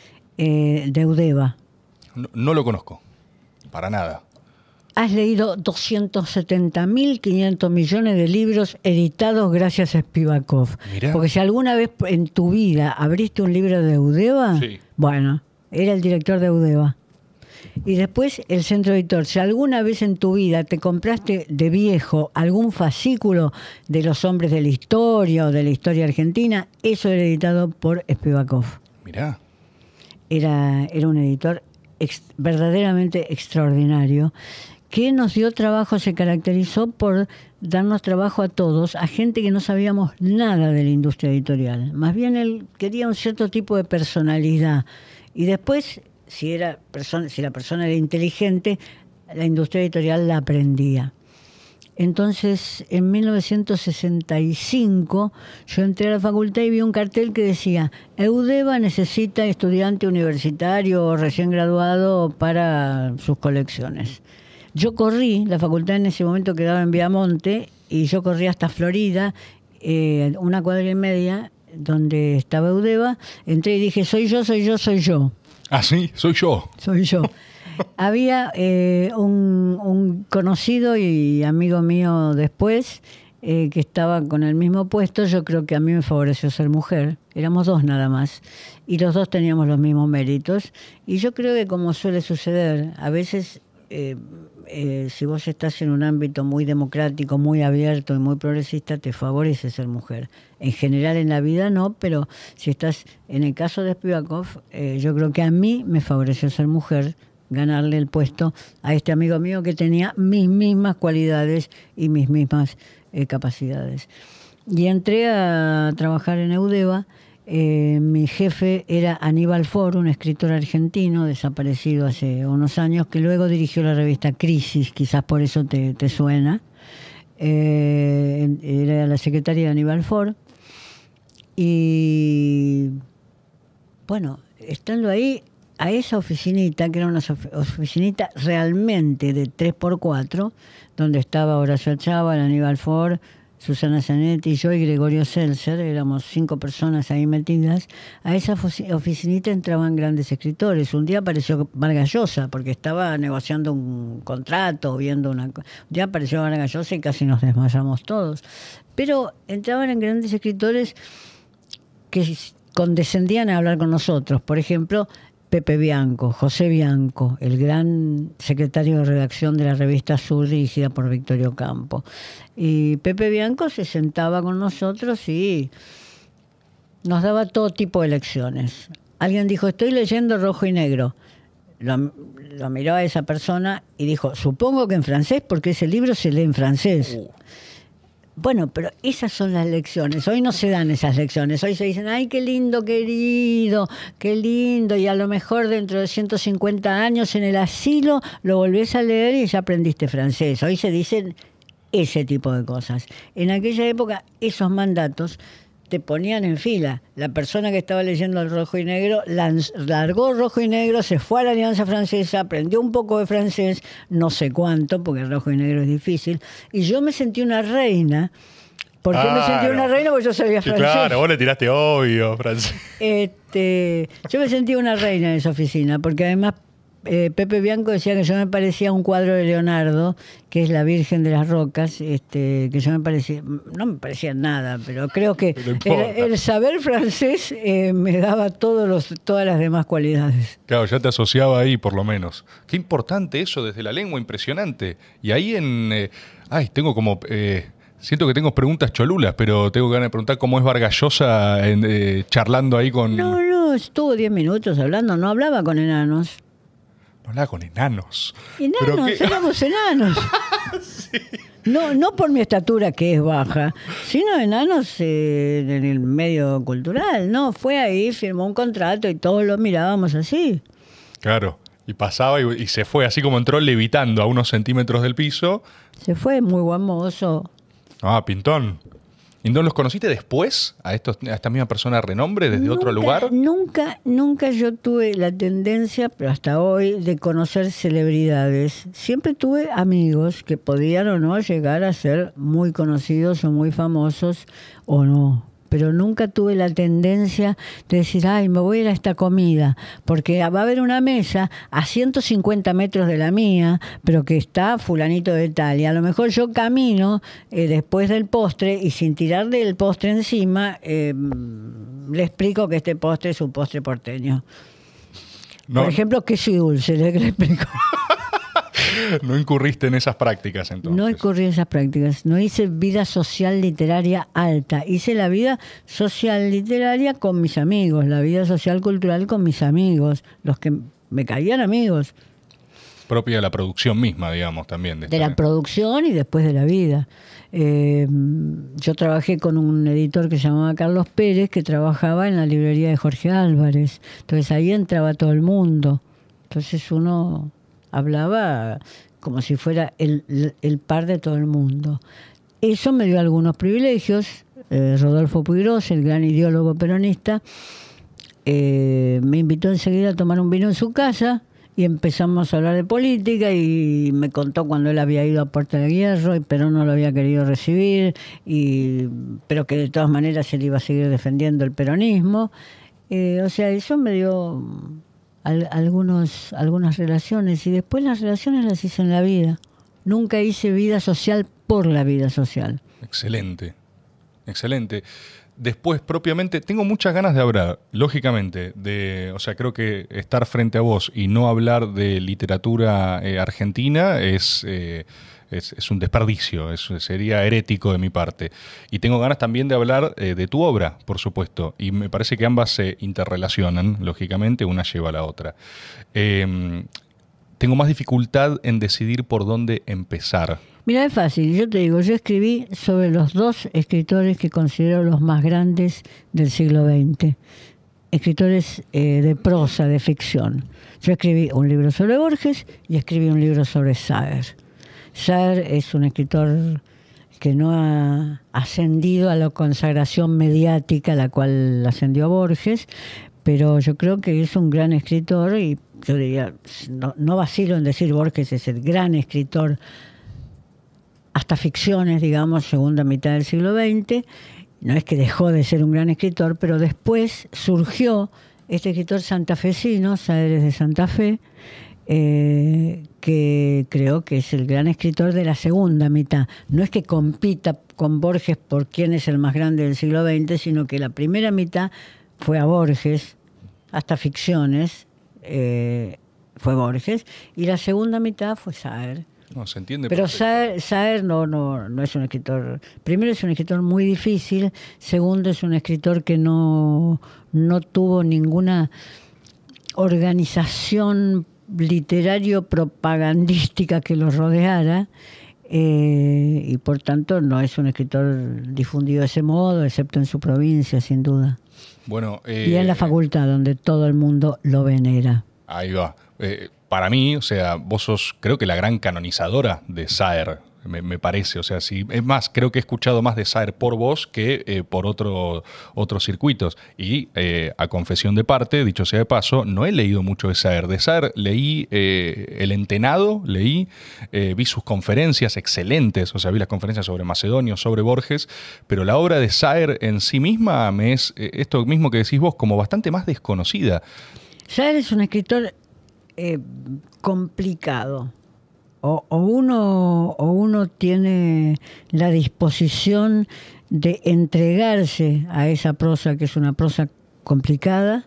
eh, de Eudeva. No, no lo conozco, para nada. Has leído doscientos setenta mil quinientos millones de libros editados gracias a Spivakov. Mirá. Porque si alguna vez en tu vida abriste un libro de Eudeva, sí. Bueno, era el director de Eudeva. Y después el centro editor. Si alguna vez en tu vida te compraste de viejo algún fascículo de los hombres de la historia o de la historia argentina, eso era editado por Spivakov. Mirá. Era, era un editor ex, verdaderamente extraordinario, que nos dio trabajo, se caracterizó por darnos trabajo a todos, a gente que no sabíamos nada de la industria editorial. Más bien él quería un cierto tipo de personalidad. Y después, si, era persona, si la persona era inteligente, la industria editorial la aprendía. Entonces, en mil novecientos sesenta y cinco, yo entré a la facultad y vi un cartel que decía: Eudeva necesita estudiante universitario o recién graduado para sus colecciones. Yo corrí, la facultad en ese momento quedaba en Viamonte, y yo corrí hasta Florida, eh, una cuadra y media, donde estaba Eudeva. Entré y dije: soy yo, soy yo, soy yo. Ah, sí, soy yo. Soy yo. Había eh, un, un conocido y amigo mío después eh, que estaba con el mismo puesto. Yo creo que a mí me favoreció ser mujer. Éramos dos nada más. Y los dos teníamos los mismos méritos. Y yo creo que, como suele suceder, a veces eh, eh, si vos estás en un ámbito muy democrático, muy abierto y muy progresista, te favorece ser mujer. En general en la vida no, pero si estás, en el caso de Spivakov, eh, yo creo que a mí me favoreció ser mujer, ganarle el puesto a este amigo mío que tenía mis mismas cualidades y mis mismas eh, capacidades. Y entré a trabajar en Eudeva. Eh, mi jefe era Aníbal Ford, un escritor argentino desaparecido hace unos años, que luego dirigió la revista Crisis, quizás por eso te, te suena. Eh, era la secretaria de Aníbal Ford. Y bueno, estando ahí, a esa oficinita, que era una oficinita realmente de tres por cuatro, donde estaba Horacio Achával, Aníbal Ford, Susana Zanetti, yo y Gregorio Seltzer, éramos cinco personas ahí metidas. A esa oficinita entraban grandes escritores. Un día apareció Vargas Llosa, porque estaba negociando un contrato, viendo una... Un día apareció Vargas Llosa y casi nos desmayamos todos. Pero entraban en grandes escritores que condescendían a hablar con nosotros. Por ejemplo, Pepe Bianco, José Bianco, el gran secretario de redacción de la revista Sur, dirigida por Victorio Campo. Y Pepe Bianco se sentaba con nosotros y nos daba todo tipo de lecciones. Alguien dijo: estoy leyendo Rojo y Negro. Lo, lo miró a esa persona y dijo: supongo que en francés, porque ese libro se lee en francés. Uh. Bueno, pero esas son las lecciones. Hoy no se dan esas lecciones. Hoy se dicen: ay, qué lindo, querido, qué lindo. Y a lo mejor dentro de ciento cincuenta años en el asilo lo volvés a leer y ya aprendiste francés. Hoy se dicen ese tipo de cosas. En aquella época, esos mandatos te ponían en fila. La persona que estaba leyendo el Rojo y Negro largó Rojo y Negro, se fue a la Alianza Francesa, aprendió un poco de francés, no sé cuánto, porque el Rojo y Negro es difícil, y yo me sentí una reina. ¿Por qué claro. me sentí una reina? Porque yo sabía sí, francés. Claro, vos le tiraste obvio francés. Este, yo me sentí una reina en esa oficina, porque además Eh, Pepe Bianco decía que yo me parecía a un cuadro de Leonardo, que es la Virgen de las Rocas, este, que yo me parecía, no me parecía nada, pero creo que no el, el saber francés eh, me daba todos los, todas las demás cualidades. Claro, ya te asociaba ahí por lo menos. Qué importante eso desde la lengua, impresionante. Y ahí en... Eh, ay, tengo como... Eh, siento que tengo preguntas cholulas, pero tengo ganas de preguntar cómo es Vargas Llosa en, eh, charlando ahí con... No, no, estuvo diez minutos hablando, no hablaba con enanos. Hablaba con enanos. Enanos, éramos enanos. Sí. No, no por mi estatura, que es baja, sino enanos eh, en el medio cultural. No, fue ahí, firmó un contrato y todos lo mirábamos así. Claro, y pasaba y, y se fue así como entró levitando a unos centímetros del piso. Se fue muy guamoso. Ah, pintón. ¿Y no los conociste después a, estos, a esta misma persona de renombre desde nunca, otro lugar? Nunca, nunca yo tuve la tendencia, pero hasta hoy, de conocer celebridades. Siempre tuve amigos que podían o no llegar a ser muy conocidos o muy famosos o no. Pero nunca tuve la tendencia de decir: ay, me voy a ir a esta comida, porque va a haber una mesa a ciento cincuenta metros de la mía, pero que está fulanito de tal. Y a lo mejor yo camino eh, después del postre y sin tirarle el postre encima, eh, le explico que este postre es un postre porteño. No. Por ejemplo, queso y dulce, le, le explico. No incurriste en esas prácticas entonces. No incurrí en esas prácticas. No hice vida social literaria alta. Hice la vida social literaria con mis amigos, la vida social cultural con mis amigos, los que me caían amigos. Propia de la producción misma, digamos, también. De, de la producción y después de la vida. Eh, yo trabajé con un editor que se llamaba Carlos Pérez, que trabajaba en la librería de Jorge Álvarez. Entonces ahí entraba todo el mundo. Entonces uno hablaba como si fuera el, el par de todo el mundo. Eso me dio algunos privilegios. Eh, Rodolfo Puigros, el gran ideólogo peronista, eh, me invitó enseguida a tomar un vino en su casa y empezamos a hablar de política y me contó cuando él había ido a Puerta de Hierro y Perón no lo había querido recibir, y, pero que de todas maneras él iba a seguir defendiendo el peronismo. Eh, o sea, eso me dio al, algunos, algunas relaciones, y después las relaciones las hice en la vida. Nunca hice vida social por la vida social. Excelente, excelente. Después, propiamente, tengo muchas ganas de hablar, lógicamente, de, o sea, creo que estar frente a vos y no hablar de literatura eh, argentina es, eh, es, es un desperdicio, es, sería herético de mi parte. Y tengo ganas también de hablar eh, de tu obra, por supuesto, y me parece que ambas se interrelacionan, lógicamente, una lleva a la otra. Eh, tengo más dificultad en decidir por dónde empezar. Mira, es fácil. Yo te digo, yo escribí sobre los dos escritores que considero los más grandes del siglo veinte. Escritores eh, de prosa, de ficción. Yo escribí un libro sobre Borges y escribí un libro sobre Saer. Saer es un escritor que no ha ascendido a la consagración mediática a la cual ascendió Borges, pero yo creo que es un gran escritor y yo diría, no, no vacilo en decir Borges es el gran escritor hasta ficciones, digamos, segunda mitad del siglo veinte. No es que dejó de ser un gran escritor, pero después surgió este escritor santafesino, Saer de Santa Fe, eh, que creo que es el gran escritor de la segunda mitad. No es que compita con Borges por quién es el más grande del siglo veinte, sino que la primera mitad fue a Borges, hasta ficciones, eh, fue Borges, y la segunda mitad fue Saer. No, se entiende. Pero Saer, Saer no, no, no es un escritor. Primero, es un escritor muy difícil. Segundo, es un escritor que no, no tuvo ninguna organización literario-propagandística que lo rodeara. Eh, y por tanto, no es un escritor difundido de ese modo, excepto en su provincia, sin duda. Bueno, eh, y en la facultad, donde todo el mundo lo venera. Ahí va. Eh, para mí, o sea, vos sos, creo que la gran canonizadora de Saer, me, me parece. O sea, sí, es más, creo que he escuchado más de Saer por vos que eh, por otro, otros circuitos. Y eh, a confesión de parte, dicho sea de paso, no he leído mucho de Saer. De Saer leí eh, El Entenado, leí, eh, vi sus conferencias excelentes, o sea, vi las conferencias sobre Macedonio, sobre Borges, pero la obra de Saer en sí misma me es, eh, esto mismo que decís vos, como bastante más desconocida. Saer es un escritor Eh, complicado. O, o, uno, o uno tiene la disposición de entregarse a esa prosa, que es una prosa complicada,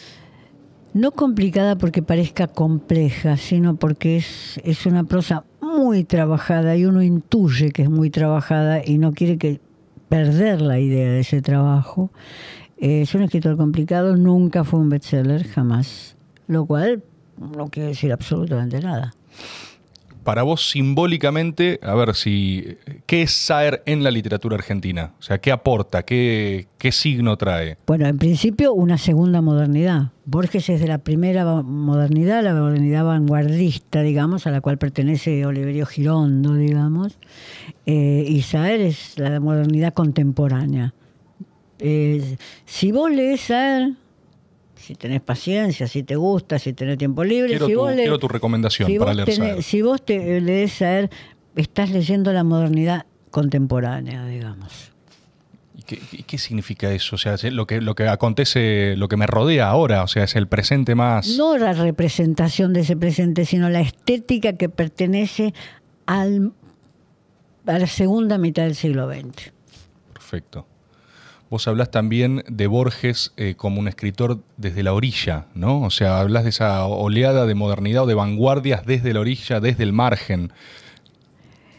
no complicada porque parezca compleja, sino porque es, es una prosa muy trabajada y uno intuye que es muy trabajada y no quiere que perder la idea de ese trabajo. Eh, es un escritor complicado, nunca fue un bestseller, jamás. Lo cual no quiere decir absolutamente nada. Para vos, simbólicamente, a ver si, ¿qué es Saer en la literatura argentina? O sea, ¿qué aporta? ¿Qué, qué signo trae? Bueno, en principio, una segunda modernidad. Borges es de la primera modernidad, la modernidad vanguardista, digamos, a la cual pertenece Oliverio Girondo, digamos. Eh, y Saer es la modernidad contemporánea. Eh, si vos lees Saer, si tenés paciencia, si te gusta, si tenés tiempo libre. Quiero, si tu, vos le, quiero tu recomendación si para vos leer tenés, Saer. Si vos te lees Saer, estás leyendo la modernidad contemporánea, digamos. ¿Y qué, qué significa eso? O sea, lo que, lo que acontece, lo que me rodea ahora, o sea, es el presente más... No la representación de ese presente, sino la estética que pertenece al, a la segunda mitad del siglo veinte. Perfecto. Vos hablás también de Borges eh, como un escritor desde la orilla, ¿no? O sea, hablás de esa oleada de modernidad o de vanguardias desde la orilla, desde el margen.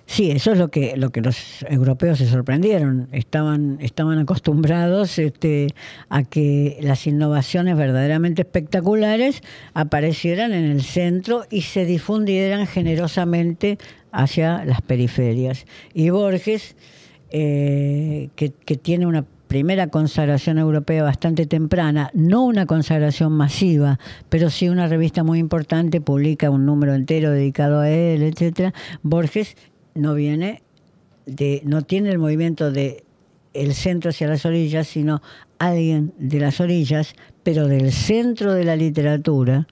Sí, eso es lo que, lo que los europeos se sorprendieron. Estaban, estaban acostumbrados este, a que las innovaciones verdaderamente espectaculares aparecieran en el centro y se difundieran generosamente hacia las periferias. Y Borges, eh, que, que tiene una primera consagración europea bastante temprana, no una consagración masiva, pero sí una revista muy importante, publica un número entero dedicado a él, etcétera. Borges no viene de, no tiene el movimiento de el centro hacia las orillas, sino alguien de las orillas, pero del centro de la literatura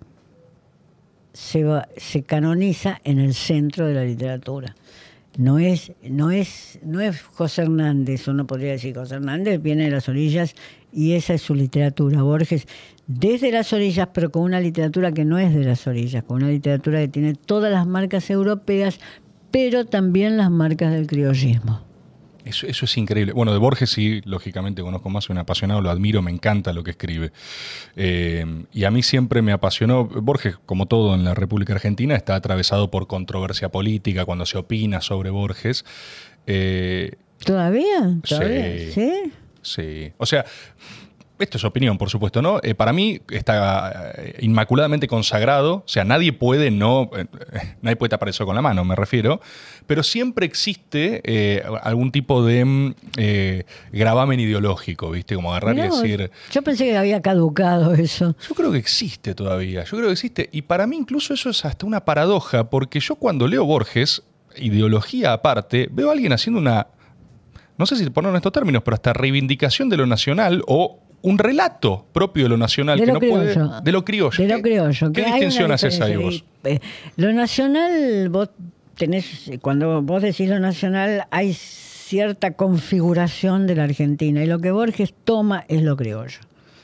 se va, se canoniza en el centro de la literatura. No es, no es, no es José Hernández, uno podría decir José Hernández viene de las orillas y esa es su literatura. Borges desde las orillas, pero con una literatura que no es de las orillas, con una literatura que tiene todas las marcas europeas, pero también las marcas del criollismo. Eso, eso es increíble. Bueno, de Borges sí, lógicamente conozco más, soy un apasionado, lo admiro, me encanta lo que escribe. Eh, y a mí siempre me apasionó. Borges, como todo en la República Argentina, está atravesado por controversia política cuando se opina sobre Borges. Eh, ¿Todavía? ¿Todavía? Sí. ¿Sí? Sí. O sea, esto es opinión, por supuesto, ¿no? Eh, para mí está eh, inmaculadamente consagrado, o sea, nadie puede no, eh, nadie puede tapar eso con la mano, me refiero, pero siempre existe eh, algún tipo de eh, gravamen ideológico, ¿viste? Como agarrar Mirá y vos, decir... yo pensé que había caducado eso. Yo creo que existe todavía, yo creo que existe, y para mí incluso eso es hasta una paradoja, porque yo cuando leo Borges, ideología aparte, veo a alguien haciendo una, no sé si ponerlo en estos términos, pero hasta reivindicación de lo nacional o un relato propio de lo nacional, de que lo no puede, criollo. de lo criollo. De lo ¿Qué, criollo. ¿qué que distinción hay una haces ahí diferencia vos? ahí. Eh, Lo nacional, vos tenés, cuando vos decís lo nacional, hay cierta configuración de la Argentina, y lo que Borges toma es lo criollo.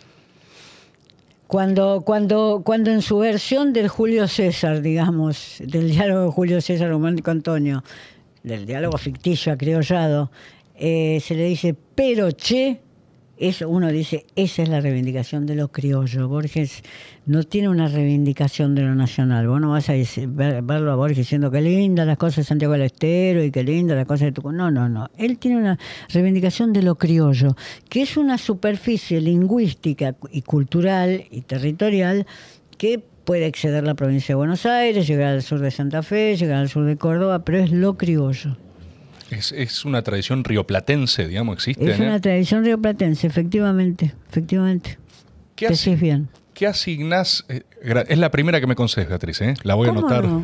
Cuando, cuando, cuando en su versión del Julio César, digamos, del diálogo de Julio César romántico Antonio, del diálogo ficticio acriollado, eh, se le dice, pero che, eso uno dice, esa es la reivindicación de lo criollo. Borges no tiene una reivindicación de lo nacional. Vos no vas a decir, ver, verlo a Borges diciendo que linda las cosas de Santiago del Estero y que linda las cosas de Tucumán. No, no, no. Él tiene una reivindicación de lo criollo, que es una superficie lingüística y cultural y territorial que puede exceder la provincia de Buenos Aires, llegar al sur de Santa Fe, llegar al sur de Córdoba, pero es lo criollo. Es, es una tradición rioplatense, digamos, existe. Es una ¿eh? tradición rioplatense, efectivamente, efectivamente. ¿Qué, así es bien. ¿Qué asignás? Eh, es la primera que me concedes, Beatriz, ¿eh? La voy a anotar. No?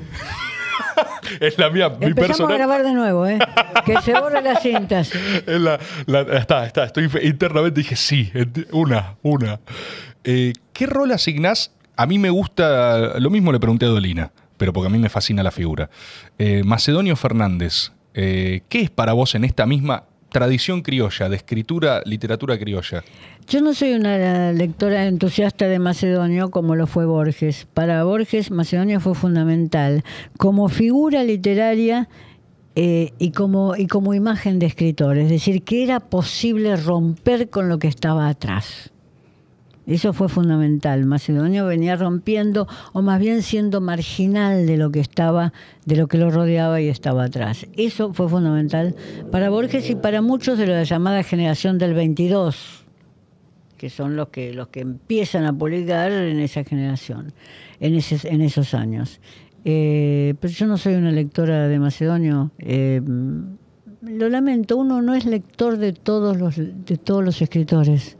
Es la mía, mi Empezamos personal. a grabar de nuevo, ¿eh? Que se borren las cintas. Es la, la, está, está. Estoy internamente dije sí, una, una. Eh, ¿Qué rol asignás? A mí me gusta, lo mismo le pregunté a Dolina, pero porque a mí me fascina la figura. Eh, Macedonio Fernández. Eh, ¿Qué es para vos en esta misma tradición criolla, de escritura, literatura criolla? Yo no soy una lectora entusiasta de Macedonio como lo fue Borges. Para Borges, Macedonio fue fundamental como figura literaria eh, y, como, y como imagen de escritor. Es decir, que era posible romper con lo que estaba atrás. Eso fue fundamental. Macedonio venía rompiendo, o más bien siendo marginal de lo que estaba, de lo que lo rodeaba y estaba atrás. Eso fue fundamental para Borges y para muchos de la llamada generación del veintidós, que son los que los que empiezan a publicar en esa generación, en esos, en esos años. Eh, pero yo no soy una lectora de Macedonio. Eh, lo lamento, uno no es lector de todos los de todos los escritores.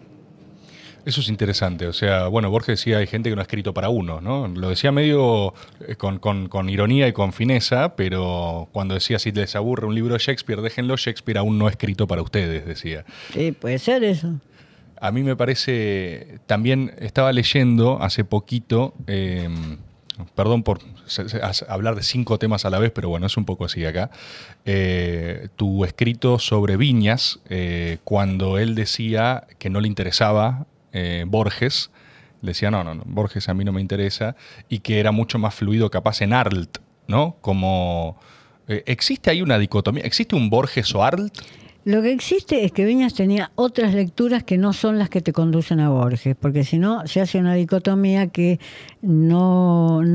Eso es interesante, o sea, bueno, Borges decía hay gente que no ha escrito para uno, ¿no? Lo decía medio con, con, con ironía y con fineza, pero cuando decía si les aburre un libro de Shakespeare, déjenlo, Shakespeare aún no ha escrito para ustedes, decía. Sí, puede ser eso. A mí me parece, también estaba leyendo hace poquito, eh, perdón por hablar de cinco temas a la vez, pero bueno, es un poco así acá, eh, tu escrito sobre Viñas, eh, cuando él decía que no le interesaba Eh, Borges, le decía, no, no, no, Borges a mí no me interesa, y que era mucho más fluido capaz en Arlt, ¿no? Como, eh, ¿existe ahí una dicotomía? ¿Existe un Borges o Arlt? Lo que existe es que Viñas tenía otras lecturas que no son las que te conducen a Borges, porque si no se hace una dicotomía que no, no,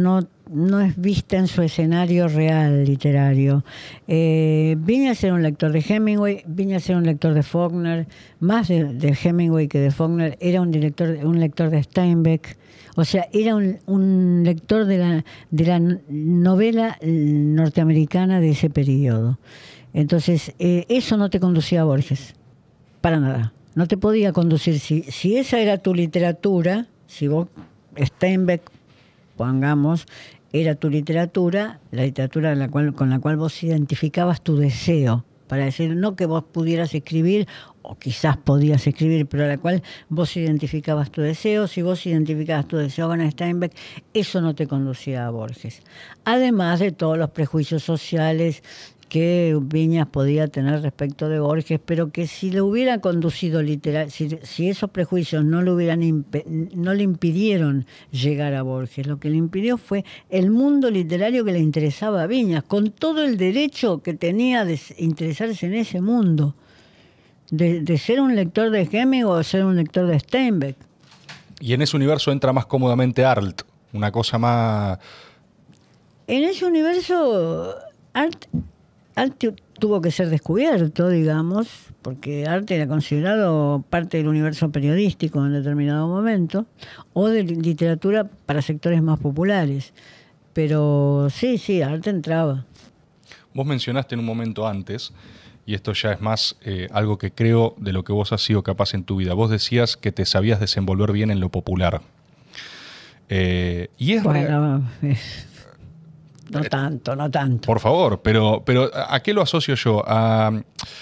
no es vista en su escenario real literario. Eh, vine a ser un lector de Hemingway, vine a ser un lector de Faulkner, más de, de Hemingway que de Faulkner, era un, director, un lector de Steinbeck, o sea, era un, un lector de la, de la novela norteamericana de ese periodo. Entonces, eh, eso no te conducía a Borges, para nada. No te podía conducir. Si, si esa era tu literatura, si vos, Steinbeck, pongamos, era tu literatura, la literatura la cual, con la cual vos identificabas tu deseo, para decir, no que vos pudieras escribir, o quizás podías escribir, pero a la cual vos identificabas tu deseo. Si vos identificabas tu deseo con Steinbeck, eso no te conducía a Borges. Además de todos los prejuicios sociales que Viñas podía tener respecto de Borges, pero que si le hubiera conducido literal, si, si esos prejuicios no le hubieran imp- no le impidieron llegar a Borges, lo que le impidió fue el mundo literario que le interesaba a Viñas, con todo el derecho que tenía de interesarse en ese mundo, de, de ser un lector de Hemingway o ser un lector de Steinbeck. Y en ese universo entra más cómodamente Arlt, una cosa más... En ese universo, Arlt... Arte tuvo que ser descubierto, digamos, porque arte era considerado parte del universo periodístico en determinado momento, o de literatura para sectores más populares. Pero sí, sí, arte entraba. Vos mencionaste en un momento antes, y esto ya es más eh, algo que creo de lo que vos has sido capaz en tu vida. Vos decías que te sabías desenvolver bien en lo popular. Eh, y es bueno, es... No tanto, no tanto. Por favor, pero, pero ¿a qué lo asocio yo? A,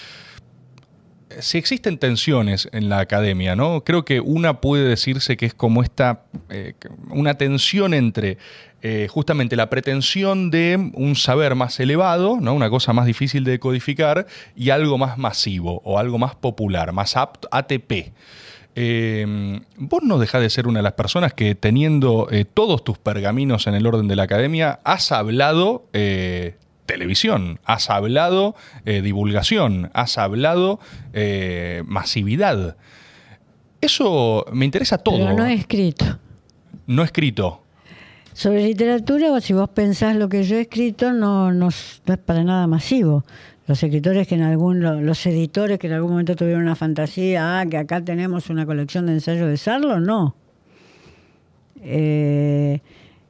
si existen tensiones en la academia, ¿no? Creo que una puede decirse que es como esta, eh, una tensión entre eh, justamente la pretensión de un saber más elevado, ¿no? Una cosa más difícil de codificar, y algo más masivo o algo más popular, más apto, A T P. Eh, vos no dejás de ser una de las personas que, teniendo eh, todos tus pergaminos en el orden de la academia, has hablado eh, televisión, has hablado eh, divulgación, has hablado eh, masividad. Eso me interesa todo. Pero no he escrito. No escrito. Sobre literatura, o si vos pensás lo que yo he escrito, no, no, no es para nada masivo. Los escritores que en algún, los editores que en algún momento tuvieron una fantasía, ah, que acá tenemos una colección de ensayos de Sarlo, no. Eh,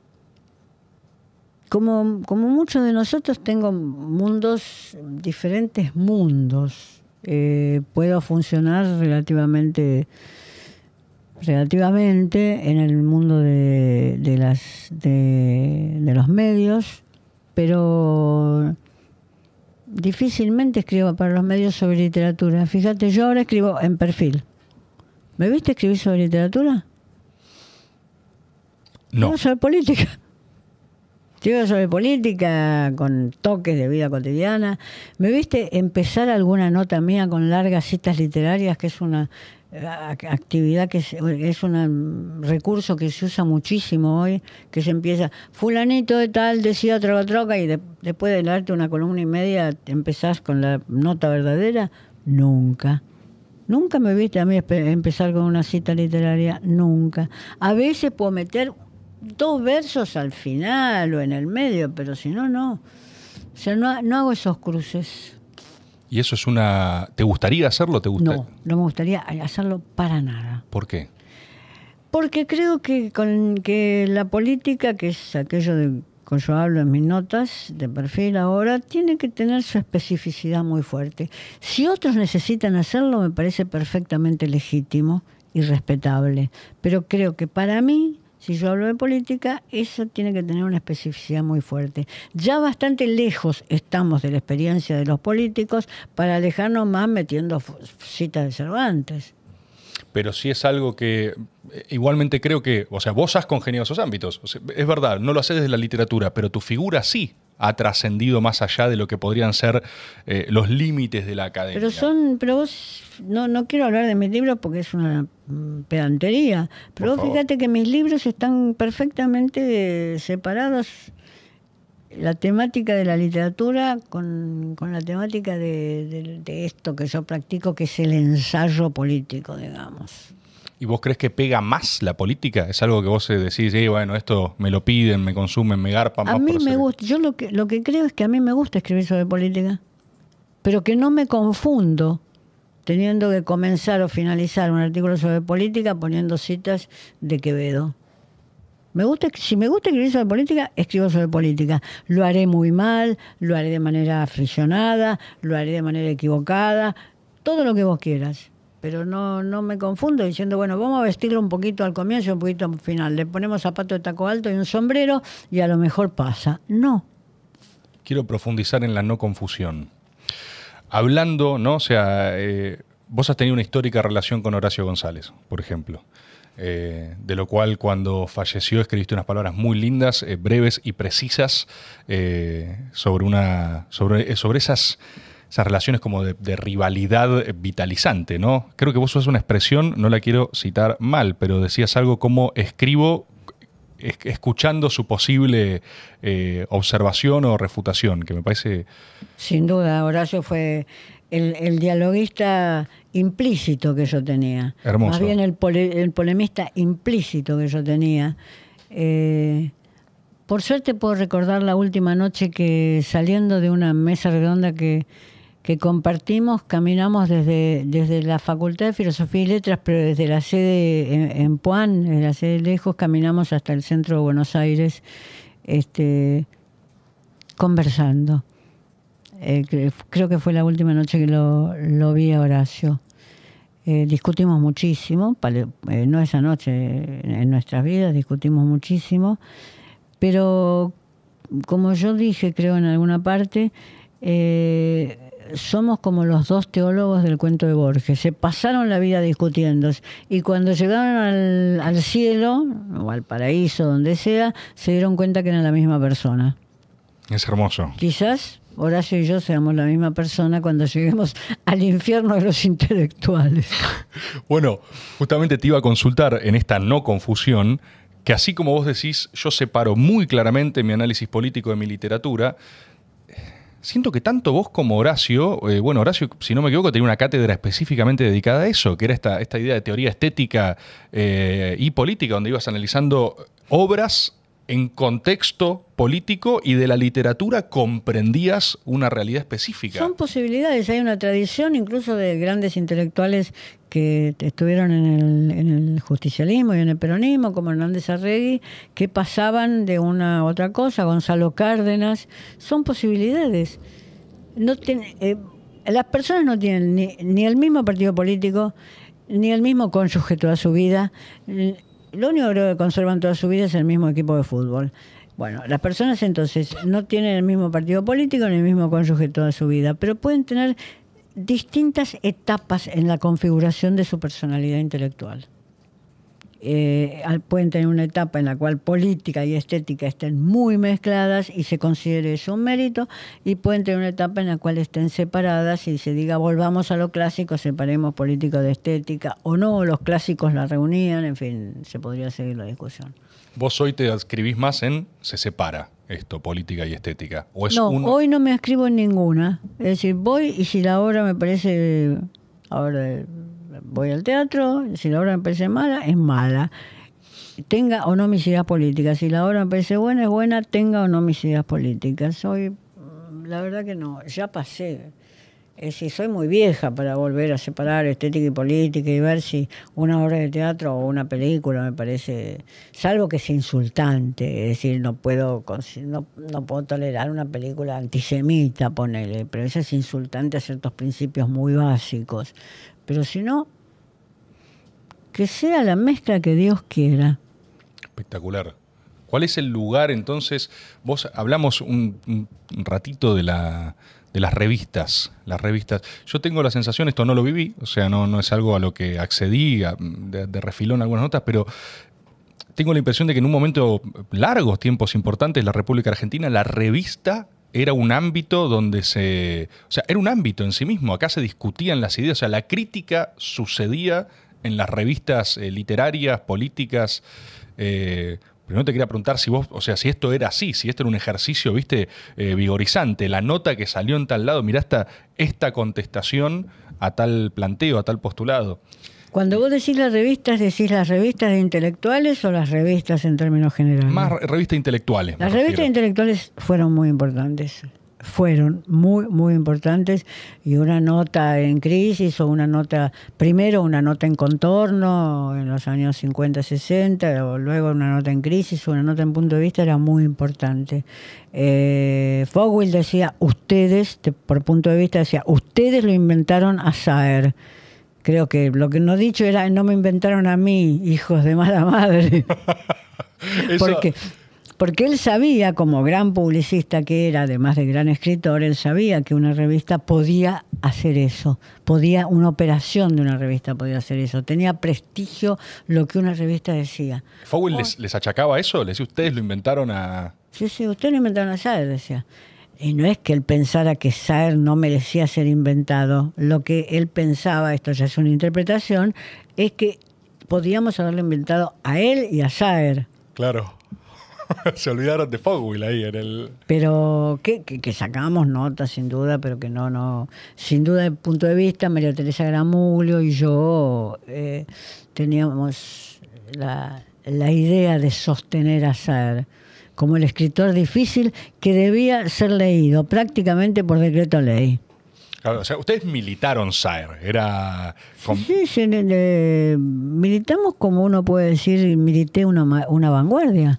como, como muchos de nosotros tengo mundos, diferentes mundos. Eh, puedo funcionar relativamente, relativamente en el mundo de, de, las, de, de los medios, pero difícilmente escribo para los medios sobre literatura. Fíjate, yo ahora escribo en Perfil. ¿Me viste escribir sobre literatura? No. Escribo sobre política. Escribo sobre política con toques de vida cotidiana. ¿Me viste empezar alguna nota mía con largas citas literarias, que es una actividad que es, es un recurso que se usa muchísimo hoy, que se empieza, fulanito de tal decía troca troca, y de, después de leerte una columna y media empezás con la nota verdadera? Nunca. Nunca me viste a mí empezar con una cita literaria, nunca. A veces puedo meter dos versos al final o en el medio, pero si no, no. O sea, no, no hago esos cruces. ¿Y eso es una... ¿Te gustaría hacerlo? ¿Te gusta? No, no me gustaría hacerlo para nada. ¿Por qué? Porque creo que con que la política, que es aquello de que yo hablo en mis notas de Perfil ahora, tiene que tener su especificidad muy fuerte. Si otros necesitan hacerlo, me parece perfectamente legítimo y respetable. Pero creo que para mí, si yo hablo de política, eso tiene que tener una especificidad muy fuerte. Ya bastante lejos estamos de la experiencia de los políticos para alejarnos más metiendo citas de Cervantes. Pero sí es algo que igualmente creo que, o sea, vos has congeniado esos ámbitos. O sea, es verdad, no lo haces desde la literatura, pero tu figura sí ha trascendido más allá de lo que podrían ser eh, los límites de la academia. Pero son, pero vos, no, no quiero hablar de mis libros porque es una pedantería, pero vos fíjate que mis libros están perfectamente separados, la temática de la literatura con, con la temática de, de, de esto que yo practico, que es el ensayo político, digamos. ¿Y vos crees que pega más la política? ¿Es algo que vos decís, eh, bueno, esto me lo piden, me consumen, me garpan? A más mí por me hacer... gusta, yo lo que, lo que creo es que a mí me gusta escribir sobre política, pero que no me confundo teniendo que comenzar o finalizar un artículo sobre política poniendo citas de Quevedo. Me gusta, si me gusta escribir sobre política, escribo sobre política. Lo haré muy mal, lo haré de manera friccionada, lo haré de manera equivocada, todo lo que vos quieras. Pero no, no me confundo diciendo, bueno, vamos a vestirlo un poquito al comienzo y un poquito al final. Le ponemos zapato de taco alto y un sombrero y a lo mejor pasa. No. Quiero profundizar en la no confusión. Hablando, ¿no? O sea, eh, vos has tenido una histórica relación con Horacio González, por ejemplo. Eh, de lo cual cuando falleció escribiste unas palabras muy lindas, eh, breves y precisas eh, sobre, una, sobre, sobre esas... esas relaciones como de, de rivalidad vitalizante, ¿no? Creo que vos usas una expresión, no la quiero citar mal, pero decías algo como escribo es, escuchando su posible eh, observación o refutación, que me parece... Sin duda, Horacio fue el, el dialoguista implícito que yo tenía. Hermoso. Más bien el, pole, el polemista implícito que yo tenía. Eh, por suerte puedo recordar la última noche que saliendo de una mesa redonda que... que compartimos, caminamos desde, desde la Facultad de Filosofía y Letras, pero desde la sede en, en Puan, desde la sede lejos, caminamos hasta el centro de Buenos Aires, este, conversando. Eh, creo que fue la última noche que lo, lo vi a Horacio. Eh, discutimos muchísimo, eh, no esa noche, en nuestras vidas discutimos muchísimo, pero como yo dije, creo en alguna parte, eh, somos como los dos teólogos del cuento de Borges, se pasaron la vida discutiendo y cuando llegaron al, al cielo o al paraíso, donde sea, se dieron cuenta que eran la misma persona. Es hermoso. Quizás Horacio y yo seamos la misma persona cuando lleguemos al infierno de los intelectuales. Bueno, justamente te iba a consultar en esta no confusión, que así como vos decís, yo separo muy claramente mi análisis político de mi literatura. Siento que tanto vos como Horacio, eh, bueno, Horacio, si no me equivoco, tenía una cátedra específicamente dedicada a eso, que era esta, esta idea de teoría estética eh, y política, donde ibas analizando obras en contexto político y de la literatura comprendías una realidad específica. Son posibilidades, hay una tradición incluso de grandes intelectuales que estuvieron en el, en el justicialismo y en el peronismo, como Hernández Arregui, que pasaban de una a otra cosa, Gonzalo Cárdenas. Son posibilidades. No tiene, eh, las personas no tienen ni, ni el mismo partido político, ni el mismo cónyuge toda su vida. Lo único que creo que conservan toda su vida es el mismo equipo de fútbol. Bueno, las personas entonces no tienen el mismo partido político ni el mismo cónyuge toda su vida, pero pueden tener distintas etapas en la configuración de su personalidad intelectual. Eh, pueden tener una etapa en la cual política y estética estén muy mezcladas y se considere eso un mérito, y pueden tener una etapa en la cual estén separadas y se diga volvamos a lo clásico, separemos político de estética, o no, los clásicos la reunían, en fin, se podría seguir la discusión. Vos hoy te adscribís más en se separa esto, política y estética. ¿O es no, un... hoy no me adscribo en ninguna. Es decir, voy y si la obra me parece... Ahora voy al teatro, si la obra me parece mala, es mala. Tenga o no mis ideas políticas. Si la obra me parece buena, es buena, tenga o no mis ideas políticas. Hoy, la verdad que no, ya pasé. Es decir, soy muy vieja para volver a separar estética y política y ver si una obra de teatro o una película me parece, salvo que sea insultante, es decir, no puedo no, no puedo tolerar una película antisemita, ponele, pero esa es insultante a ciertos principios muy básicos. Pero si no, que sea la mezcla que Dios quiera. Espectacular. ¿Cuál es el lugar entonces? Vos hablamos un, un ratito de la... de las revistas, las revistas. Yo tengo la sensación, esto no lo viví, o sea, no, no es algo a lo que accedí a, de, de refilón algunas notas, pero tengo la impresión de que en un momento, largos tiempos importantes, la República Argentina, la revista era un ámbito donde se... O sea, era un ámbito en sí mismo, acá se discutían las ideas, o sea, la crítica sucedía en las revistas eh, literarias, políticas... Eh, Primero te quería preguntar si vos, o sea, si esto era así, si esto era un ejercicio, viste, eh, vigorizante, la nota que salió en tal lado, mirá esta, esta contestación a tal planteo, a tal postulado. Cuando vos decís las revistas, ¿decís las revistas de intelectuales o las revistas en términos generales? Más revistas intelectuales. Las revistas intelectuales fueron muy importantes. Fueron muy, muy importantes. Y una nota en Crisis o una nota, primero una nota en Contorno en los años cincuenta, sesenta, o luego una nota en Crisis o una nota en Punto de Vista era muy importante. Eh, Fogwill decía, ustedes, por Punto de Vista decía, ustedes lo inventaron a Saer. Creo que lo que no dicho era, no me inventaron a mí, hijos de mala madre. Eso... Porque... Porque él sabía, como gran publicista que era, además de gran escritor, él sabía que una revista podía hacer eso. Podía, una operación de una revista podía hacer eso. Tenía prestigio lo que una revista decía. ¿Fogwill oh. les, les achacaba eso? ¿Les decía, ustedes lo inventaron a...? Sí, sí, ustedes lo inventaron a Saer, decía. Y no es que él pensara que Saer no merecía ser inventado. Lo que él pensaba, esto ya es una interpretación, es que podíamos haberlo inventado a él y a Saer. Claro. Se olvidaron de Fogwill ahí en el... Pero que, que, que sacábamos notas, sin duda, pero que no, no... Sin duda, de punto de vista, María Teresa Gramulio y yo eh, teníamos la, la idea de sostener a Saer como el escritor difícil que debía ser leído prácticamente por decreto ley. Claro, o sea, ustedes militaron Saer, era... Con... Sí, sí, le, le, militamos como uno puede decir, milité una, una vanguardia.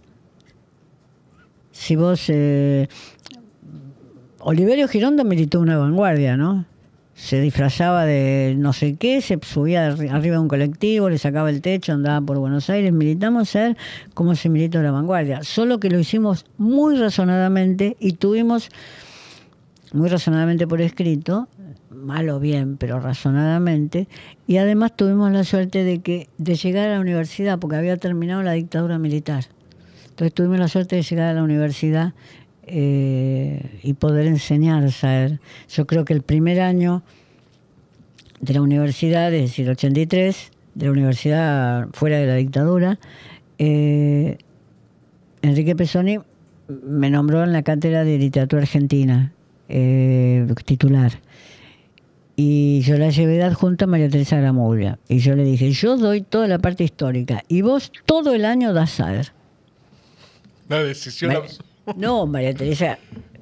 Si vos... Eh, Oliverio Girondo militó una vanguardia, ¿no? Se disfrazaba de no sé qué, se subía arriba de un colectivo, le sacaba el techo, andaba por Buenos Aires. Militamos ser como se militó la vanguardia. Solo que lo hicimos muy razonadamente y tuvimos, muy razonadamente por escrito, mal o bien, pero razonadamente, y además tuvimos la suerte de que de llegar a la universidad, porque había terminado la dictadura militar. Entonces tuvimos la suerte de llegar a la universidad eh, y poder enseñar a Saer. Yo creo que el primer año de la universidad, es decir, ochenta y tres, de la universidad fuera de la dictadura, eh, Enrique Pesoni me nombró en la cátedra de literatura argentina, eh, titular. Y yo la llevé de adjunta a María Teresa Gramulio. Y yo le dije, yo doy toda la parte histórica y vos todo el año das Saer. Una decisión... Ma- no, María Teresa,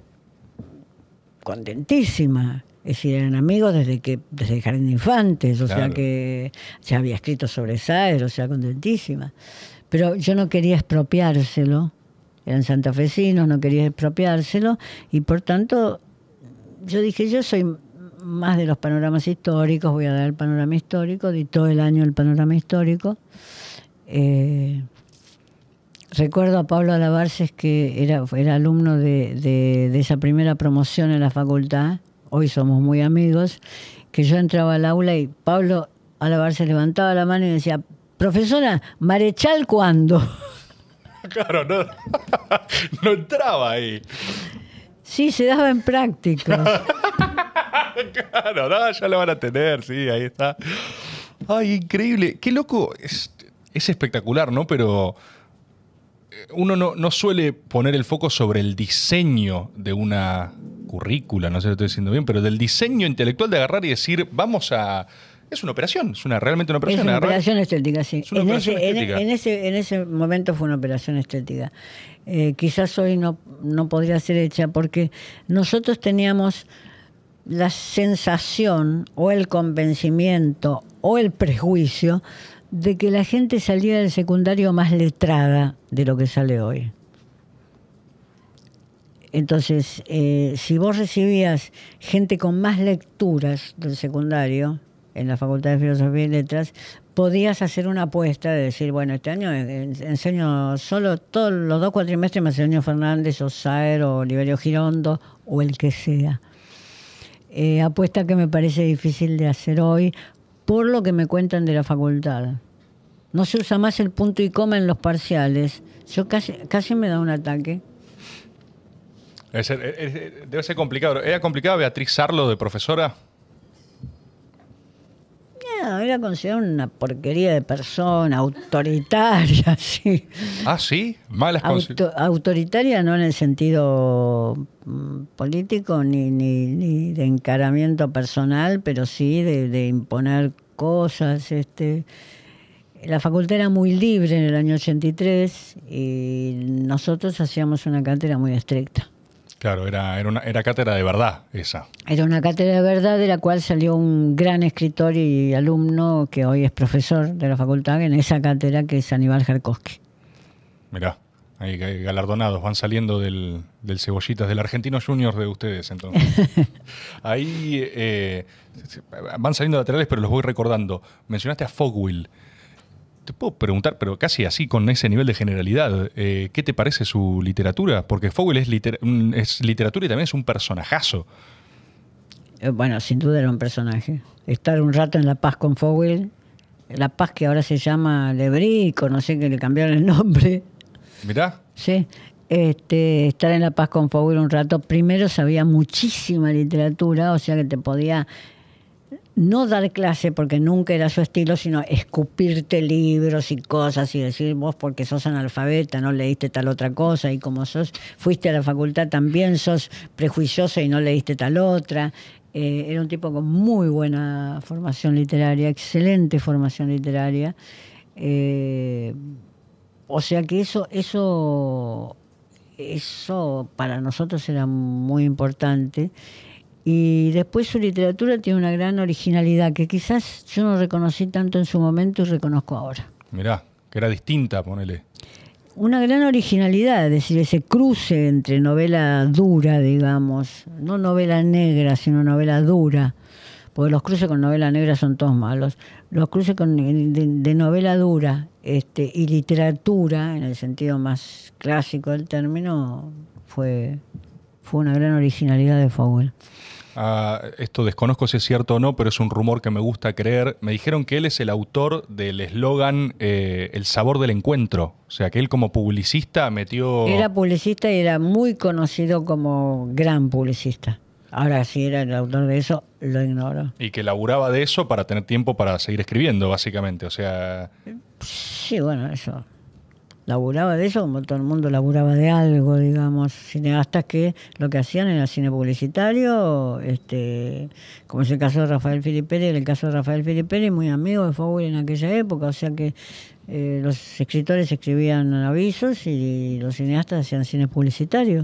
contentísima. Es decir, eran amigos desde que desde el Jardín de Infantes, o claro. sea que ya había escrito sobre Saer, o sea, contentísima. Pero yo no quería expropiárselo, eran santafesinos, no quería expropiárselo, y por tanto, yo dije, yo soy más de los panoramas históricos, voy a dar el panorama histórico, di todo el año el panorama histórico. Eh, Recuerdo a Pablo Alabarces, que era, era alumno de, de, de esa primera promoción en la facultad, hoy somos muy amigos, que yo entraba al aula y Pablo Alabarces levantaba la mano y decía, profesora, ¿Marechal cuándo? Claro, no, no entraba ahí. Sí, se daba en práctica. Claro, no, ya lo van a tener, sí, ahí está. Ay, increíble. Qué loco, es, es espectacular, ¿no? Pero... uno no, no suele poner el foco sobre el diseño de una currícula, no sé si lo estoy diciendo bien, pero del diseño intelectual de agarrar y decir, vamos a... Es una operación, es una, realmente una operación. Es una agarrar... operación estética, sí. Es una en, operación ese, estética. En, en, ese, en ese momento fue una operación estética. Eh, quizás hoy no, no podría ser hecha porque nosotros teníamos la sensación o el convencimiento o el prejuicio de que la gente salía del secundario más letrada de lo que sale hoy. Entonces, eh, si vos recibías gente con más lecturas del secundario, en la Facultad de Filosofía y Letras, podías hacer una apuesta de decir, bueno, este año enseño solo, todos los dos cuatrimestres me enseñó Fernández o Saer o Oliverio Girondo o el que sea. Eh, apuesta que me parece difícil de hacer hoy, por lo que me cuentan de la facultad. No se usa más el punto y coma en los parciales. Yo casi, casi me da un ataque. Debe ser, debe ser complicado. ¿Era complicado Beatriz Sarlo de profesora? No, era considerada una porquería de persona, autoritaria, sí. ¿Ah, sí? Malas Auto, autoritaria no en el sentido mm, político ni, ni, ni de encaramiento personal, pero sí de, de imponer cosas. Este, la facultad era muy libre en el año ochenta y tres y nosotros hacíamos una cátedra muy estricta. Claro, era, era, una, era cátedra de verdad esa. Era una cátedra de verdad de la cual salió un gran escritor y alumno que hoy es profesor de la facultad en esa cátedra, que es Aníbal Jarkovsky. Mirá, ahí galardonados, van saliendo del, del Cebollitas, del Argentino Juniors de ustedes, entonces. Ahí eh, van saliendo laterales, pero los voy recordando. Mencionaste a Fogwill. Te puedo preguntar, pero casi así, con ese nivel de generalidad, eh, ¿qué te parece su literatura? Porque Fogwill es, liter es literatura y también es un personajazo. Bueno, sin duda era un personaje. Estar un rato en La Paz con Fogwill, La Paz que ahora se llama Lebrico, no sé, que le cambiaron el nombre. Mirá. Sí, este, estar en La Paz con Fogwill un rato. Primero sabía muchísima literatura, o sea que te podía no dar clase porque nunca era su estilo, sino escupirte libros y cosas y decir, vos porque sos analfabeta no leíste tal otra cosa, y como sos fuiste a la facultad también sos prejuiciosa y no leíste tal otra. Eh, era un tipo con muy buena formación literaria, excelente formación literaria. Eh, o sea que eso, eso, eso para nosotros era muy importante. Y después su literatura tiene una gran originalidad que quizás yo no reconocí tanto en su momento y reconozco ahora. Mirá, que era distinta, ponele. Una gran originalidad, es decir, ese cruce entre novela dura, digamos, no novela negra, sino novela dura, porque los cruces con novela negra son todos malos. Los cruces con, de, de novela dura este, y literatura, en el sentido más clásico del término, fue, fue una gran originalidad de Fogwill. Uh, esto desconozco si es cierto o no, pero es un rumor que me gusta creer. Me dijeron que él es el autor del eslogan eh, El sabor del encuentro. O sea, que él como publicista metió... Era publicista y era muy conocido como gran publicista. Ahora, si era el autor de eso, lo ignoro. Y que laburaba de eso para tener tiempo para seguir escribiendo, básicamente. O sea... Sí, bueno, eso... Laburaba de eso como todo el mundo laburaba de algo, digamos. Cineastas que lo que hacían era cine publicitario, este, como es el caso de Rafael Filipelli, el caso de Rafael Filipelli, muy amigo de Fogwill en aquella época, o sea que eh, los escritores escribían avisos y los cineastas hacían cine publicitario.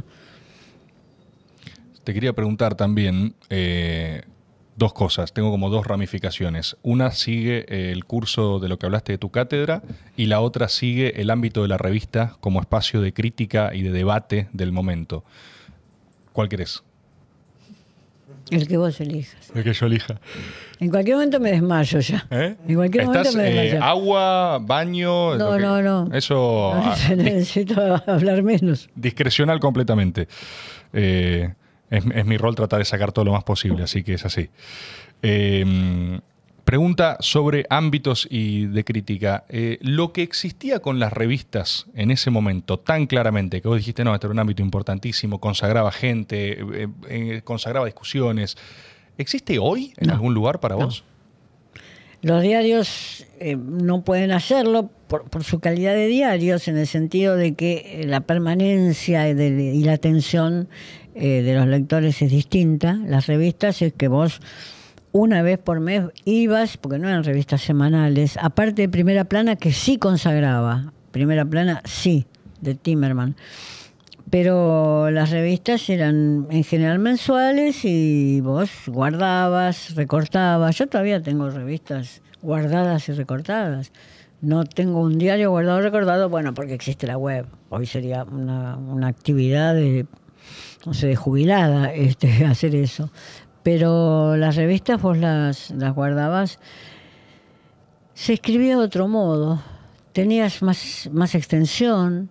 Te quería preguntar también... Eh... Dos cosas, tengo como dos ramificaciones. Una sigue eh, el curso de lo que hablaste de tu cátedra y la otra sigue el ámbito de la revista como espacio de crítica y de debate del momento. ¿Cuál querés? El que vos elijas. El que yo elija. En cualquier momento me desmayo ya. ¿Eh? En cualquier ¿Estás, momento me desmayo. Eh, ¿Agua, baño? No, no, no. Eso... No, ah, necesito hablar menos. Discrecional completamente. Eh... Es, es mi rol tratar de sacar todo lo más posible, así que es así. Eh, pregunta sobre ámbitos y de crítica. Eh, lo que existía con las revistas en ese momento, tan claramente, que vos dijiste, no, este era un ámbito importantísimo, consagraba gente, eh, eh, consagraba discusiones, ¿existe hoy en no, algún lugar para no. vos? Los diarios eh, no pueden hacerlo por, por su calidad de diarios, en el sentido de que la permanencia y, de, y la atención eh, de los lectores es distinta. Las revistas es que vos una vez por mes ibas, porque no eran revistas semanales, aparte de Primera Plana, que sí consagraba. Primera Plana sí, de Timerman. Pero las revistas eran en general mensuales y vos guardabas, recortabas. Yo todavía tengo revistas guardadas y recortadas. No tengo un diario guardado o recortado, bueno, porque existe la web. Hoy sería una, una actividad de, no sé, de jubilada este, hacer eso. Pero las revistas vos las, las guardabas. Se escribía de otro modo. Tenías más, más extensión.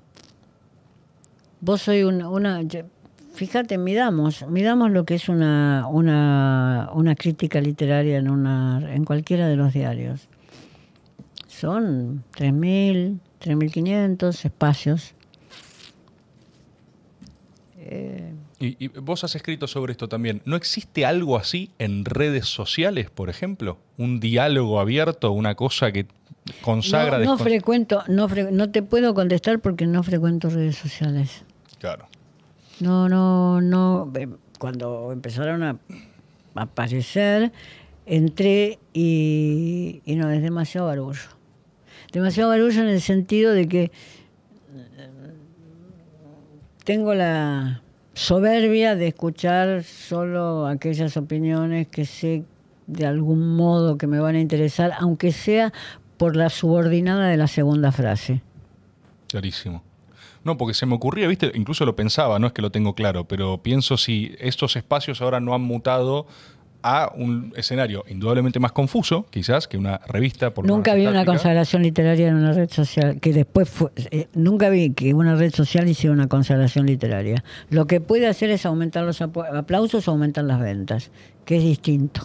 Vos soy una, una... Fíjate, midamos, midamos lo que es una, una, una crítica literaria en, una, en cualquiera de los diarios. Son tres mil, tres mil quinientos espacios. Eh... Y, y vos has escrito sobre esto también. ¿No existe algo así en redes sociales, por ejemplo? ¿Un diálogo abierto, una cosa que consagra? No, no frecuento, no, fre no te puedo contestar porque no frecuento redes sociales. Claro. No, no, no. Cuando empezaron a aparecer, entré y, y no, es demasiado barullo. Demasiado barullo en el sentido de que tengo la soberbia de escuchar solo aquellas opiniones que sé de algún modo que me van a interesar, aunque sea por la subordinada de la segunda frase. Clarísimo. No, porque se me ocurría, viste, incluso lo pensaba, no es que lo tengo claro, pero pienso si estos espacios ahora no han mutado a un escenario indudablemente más confuso, quizás, que una revista. Por nunca vi una táctica. consagración literaria en una red social, que después fue, eh, nunca vi que una red social hiciera una consagración literaria. Lo que puede hacer es aumentar los aplausos o aumentar las ventas, que es distinto.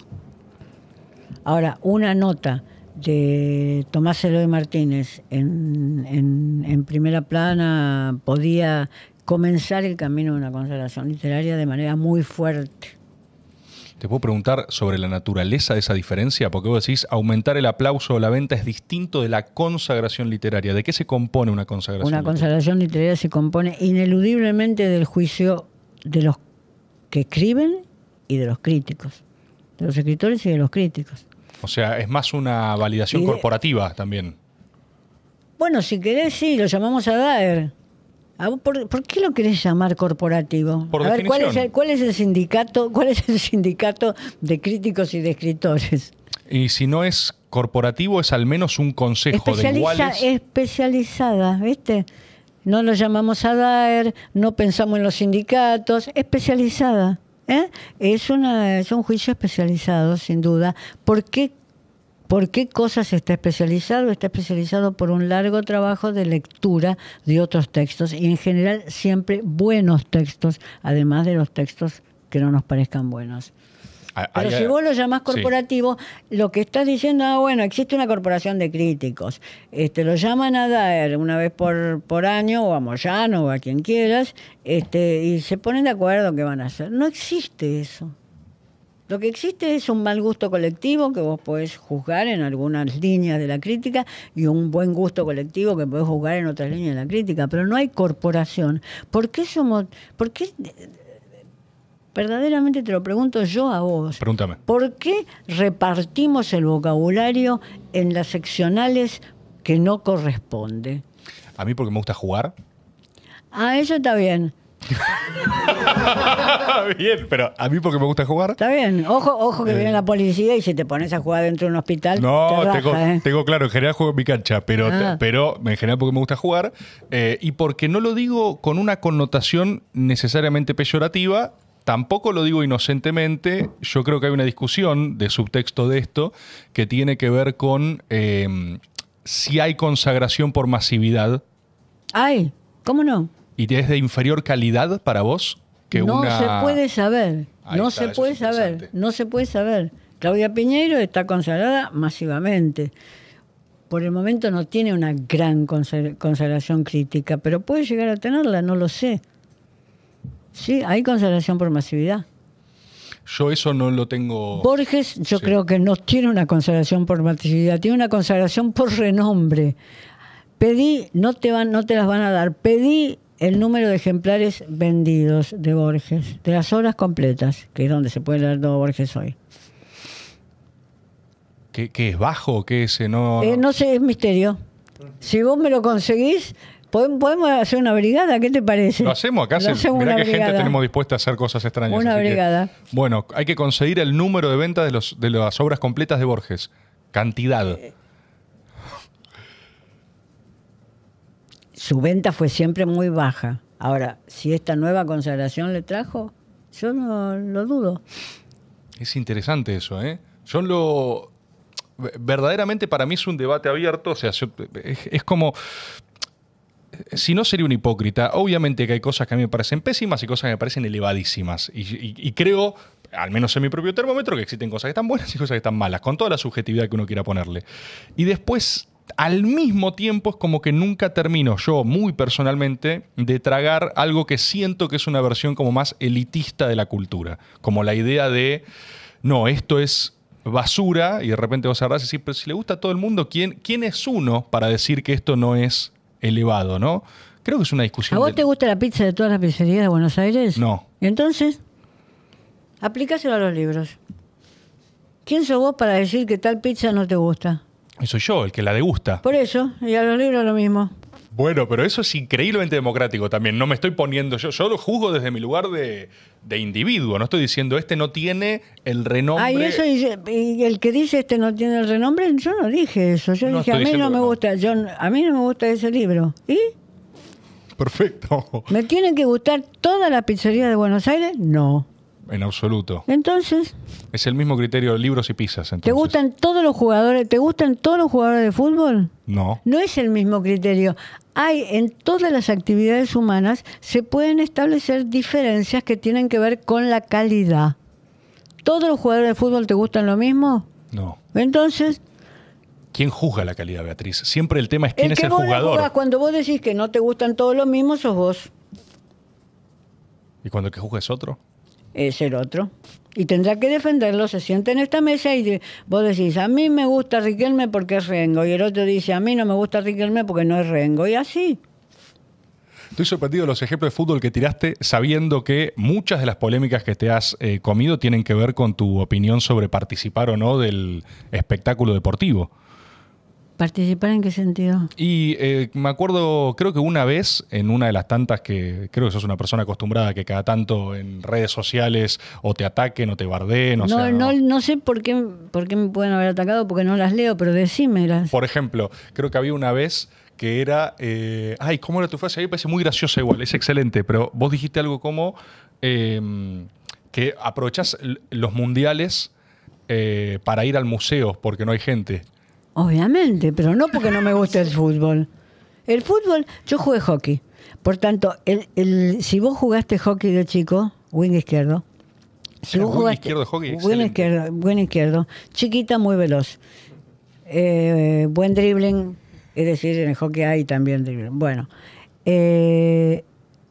Ahora, una nota de Tomás Eloy Martínez en, en, en primera plana podía comenzar el camino de una consagración literaria de manera muy fuerte. Te puedo preguntar sobre la naturaleza de esa diferencia, porque vos decís aumentar el aplauso o la venta es distinto de la consagración literaria. ¿De qué se compone una consagración Una literaria? consagración literaria se compone ineludiblemente del juicio de los que escriben y de los críticos, de los escritores y de los críticos. O sea, es más una validación de, corporativa también. Bueno, si querés, sí, lo llamamos a Daer. ¿Por, ¿Por qué lo querés llamar corporativo? Por a ver, ¿cuál es, el, ¿cuál es el sindicato? ¿Cuál es el sindicato de críticos y de escritores? Y si no es corporativo, es al menos un consejo de iguales. Especializada, ¿viste? No lo llamamos a Daer, no pensamos en los sindicatos, especializada. ¿eh? Es, una, es un juicio especializado, sin duda. ¿Por qué? ¿Por qué cosas está especializado? Está especializado por un largo trabajo de lectura de otros textos y en general siempre buenos textos, además de los textos que no nos parezcan buenos. Pero si vos lo llamás corporativo, sí. Lo que estás diciendo, ah, bueno, existe una corporación de críticos, este, lo llaman a Daer una vez por, por año, o a Moyano, o a quien quieras, este, y se ponen de acuerdo qué van a hacer. No existe eso. Lo que existe es un mal gusto colectivo que vos podés juzgar en algunas líneas de la crítica y un buen gusto colectivo que podés juzgar en otras líneas de la crítica, pero no hay corporación. ¿Por qué somos, por qué, verdaderamente te lo pregunto yo a vos? Pregúntame. ¿Por qué repartimos el vocabulario en las seccionales que no corresponde? A mí porque me gusta jugar. Ah, eso está bien. Bien, pero a mí porque me gusta jugar. Está bien, ojo, ojo que eh. viene la policía y si te pones a jugar dentro de un hospital. No, te raja, tengo, ¿eh? tengo claro, en general juego en mi cancha, pero, ah. pero en general porque me gusta jugar eh, y porque no lo digo con una connotación necesariamente peyorativa. Tampoco lo digo inocentemente. Yo creo que hay una discusión de subtexto de esto que tiene que ver con eh, si hay consagración por masividad. Ay, ¿cómo no? ¿Y es de inferior calidad para vos que no una...? No se puede saber, Ahí no está, se puede saber, no se puede saber. Claudia Piñeiro está consagrada masivamente. Por el momento no tiene una gran consagración crítica, pero puede llegar a tenerla, no lo sé. Sí, hay consagración por masividad. Yo eso no lo tengo... Borges, yo sí. creo que no tiene una consagración por masividad, tiene una consagración por renombre. Pedí, no te, van, no te las van a dar, pedí el número de ejemplares vendidos de Borges, de las obras completas, que es donde se puede leer todo Borges hoy. ¿Qué, qué es bajo? ¿Qué es? No, eh, no sé, es misterio. Si vos me lo conseguís, podemos hacer una brigada, ¿qué te parece? Lo hacemos acá, se, hacemos mirá qué brigada. gente tenemos dispuesta a hacer cosas extrañas. Una brigada. Que, bueno, hay que conseguir el número de ventas de, los, de las obras completas de Borges. Cantidad. Eh, Su venta fue siempre muy baja. Ahora, si esta nueva consagración le trajo, yo no lo dudo. Es interesante eso, ¿eh? Yo lo... Verdaderamente para mí es un debate abierto. O sea, yo, es, es como... Si no sería un hipócrita, obviamente que hay cosas que a mí me parecen pésimas y cosas que me parecen elevadísimas. Y, y, y creo, al menos en mi propio termómetro, que existen cosas que están buenas y cosas que están malas, con toda la subjetividad que uno quiera ponerle. Y después... Al mismo tiempo es como que nunca termino yo, muy personalmente, de tragar algo que siento que es una versión como más elitista de la cultura. Como la idea de, no, esto es basura, y de repente vos agarrás y decís, pero si le gusta a todo el mundo, ¿quién, quién es uno para decir que esto no es elevado, no? Creo que es una discusión. ¿A vos de... te gusta la pizza de todas las pizzerías de Buenos Aires? No. ¿Y entonces? Aplícaselo a los libros. ¿Quién sos vos para decir que tal pizza no te gusta? Y soy yo, el que la degusta. Por eso, y a los libros lo mismo. Bueno, pero eso es increíblemente democrático también. No me estoy poniendo yo. Yo lo juzgo desde mi lugar de, de individuo. No estoy diciendo este no tiene el renombre. Ah, y eso dice- y el que dice este no tiene el renombre, yo no dije eso. Yo No dije, a estoy mí diciendo no me que no. gusta, yo, a mí no me gusta ese libro. ¿Y? Perfecto. ¿Me tienen que gustar todas las pizzerías de Buenos Aires? No. En absoluto. Entonces, Es el mismo criterio de libros y pizzas. Entonces. ¿te gustan todos los jugadores? ¿Te gustan todos los jugadores de fútbol? No. No es el mismo criterio. Hay en todas las actividades humanas se pueden establecer diferencias que tienen que ver con la calidad. ¿Todos los jugadores de fútbol te gustan lo mismo? No. Entonces, ¿Quién juzga la calidad, Beatriz? Siempre el tema es quién el es que el vos le jugador. jugás, cuando vos decís que no te gustan todos los mismos, sos vos. ¿Y cuando el que juzga es otro? Es el otro. Y tendrá que defenderlo, se sienta en esta mesa y de- vos decís, a mí me gusta Riquelme porque es Rengo. Y el otro dice, a mí no me gusta Riquelme porque no es Rengo. Y así. Estoy sorprendido de los ejemplos de fútbol que tiraste, sabiendo que muchas de las polémicas que te has eh, comido tienen que ver con tu opinión sobre participar o no del espectáculo deportivo. ¿Participar en qué sentido? Y eh, me acuerdo, creo que una vez, en una de las tantas que creo que sos una persona acostumbrada a que cada tanto en redes sociales o te ataquen o te bardeen, o No, sea, no, no sé por qué, por qué me pueden haber atacado, porque no las leo, pero decímelas. Por ejemplo, creo que había una vez que era... eh, ay, ¿cómo era tu frase? A mí me parece muy graciosa igual, es excelente, pero vos dijiste algo como eh, que aprovechás l- los mundiales eh, para ir al museo porque no hay gente. Obviamente, pero no porque no me gusta el fútbol. El fútbol, yo jugué hockey. Por tanto, el, el, si vos jugaste hockey de chico, wing izquierdo. Si Era vos wing jugaste- izquierdo de hockey, wing excelente. izquierdo, wing izquierdo, chiquita, muy veloz. Eh, buen dribbling, es decir, en el hockey hay también dribbling. Bueno, eh,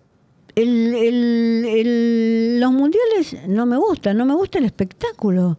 el- el- el- los mundiales no me gustan, no me gusta el espectáculo.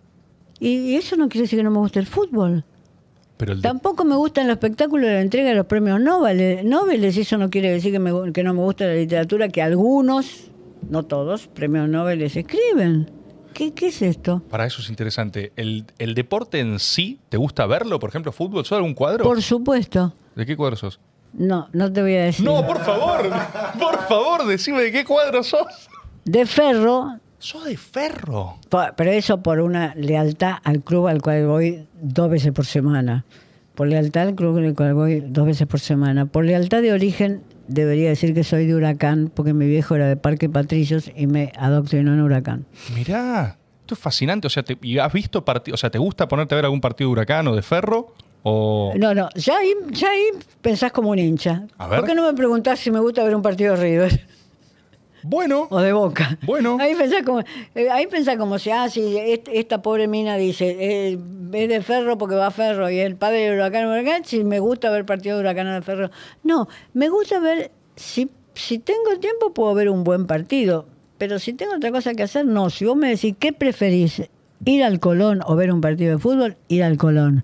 Y, y eso no quiere decir que no me guste el fútbol. Pero el de- Tampoco me gustan los espectáculos de la entrega de los premios Nobel. Nobel, eso no quiere decir que, me- que no me gusta la literatura, que algunos, no todos, premios Nobel escriben. ¿Qué, qué es esto? para eso es interesante. ¿El, el deporte en sí, te gusta verlo? Por ejemplo, fútbol, ¿sos algún cuadro? Por supuesto. ¿De qué cuadro sos? No, no te voy a decir. No, por favor, por favor, decime de qué cuadro sos. De Ferro, Sos de ferro. po- pero eso por una lealtad al club al cual voy dos veces por semana. Por lealtad al club al cual voy dos veces por semana. Por lealtad de origen, debería decir que soy de Huracán, porque mi viejo era de Parque Patricios y me adoctrinó en Huracán. Mirá, esto es fascinante. O sea, te, ¿y has visto partidos? O sea, ¿te gusta ponerte a ver algún partido de Huracán o de Ferro? O... No, no, ya ahí, ya ahí pensás como un hincha. A ver. ¿Por qué no me preguntás si me gusta ver un partido de River Bueno, o de Boca? Bueno. Ahí pensás como, eh, ahí pensás como si, ah, si est- esta pobre mina dice, eh, es de Ferro porque va a Ferro y el padre de Huracán, Huracán, si me gusta ver partido de Huracán o de Ferro. No, me gusta ver, si, si tengo tiempo puedo ver un buen partido, pero si tengo otra cosa que hacer, no. Si vos me decís, ¿qué preferís? ¿Ir al Colón o ver un partido de fútbol? Ir al Colón.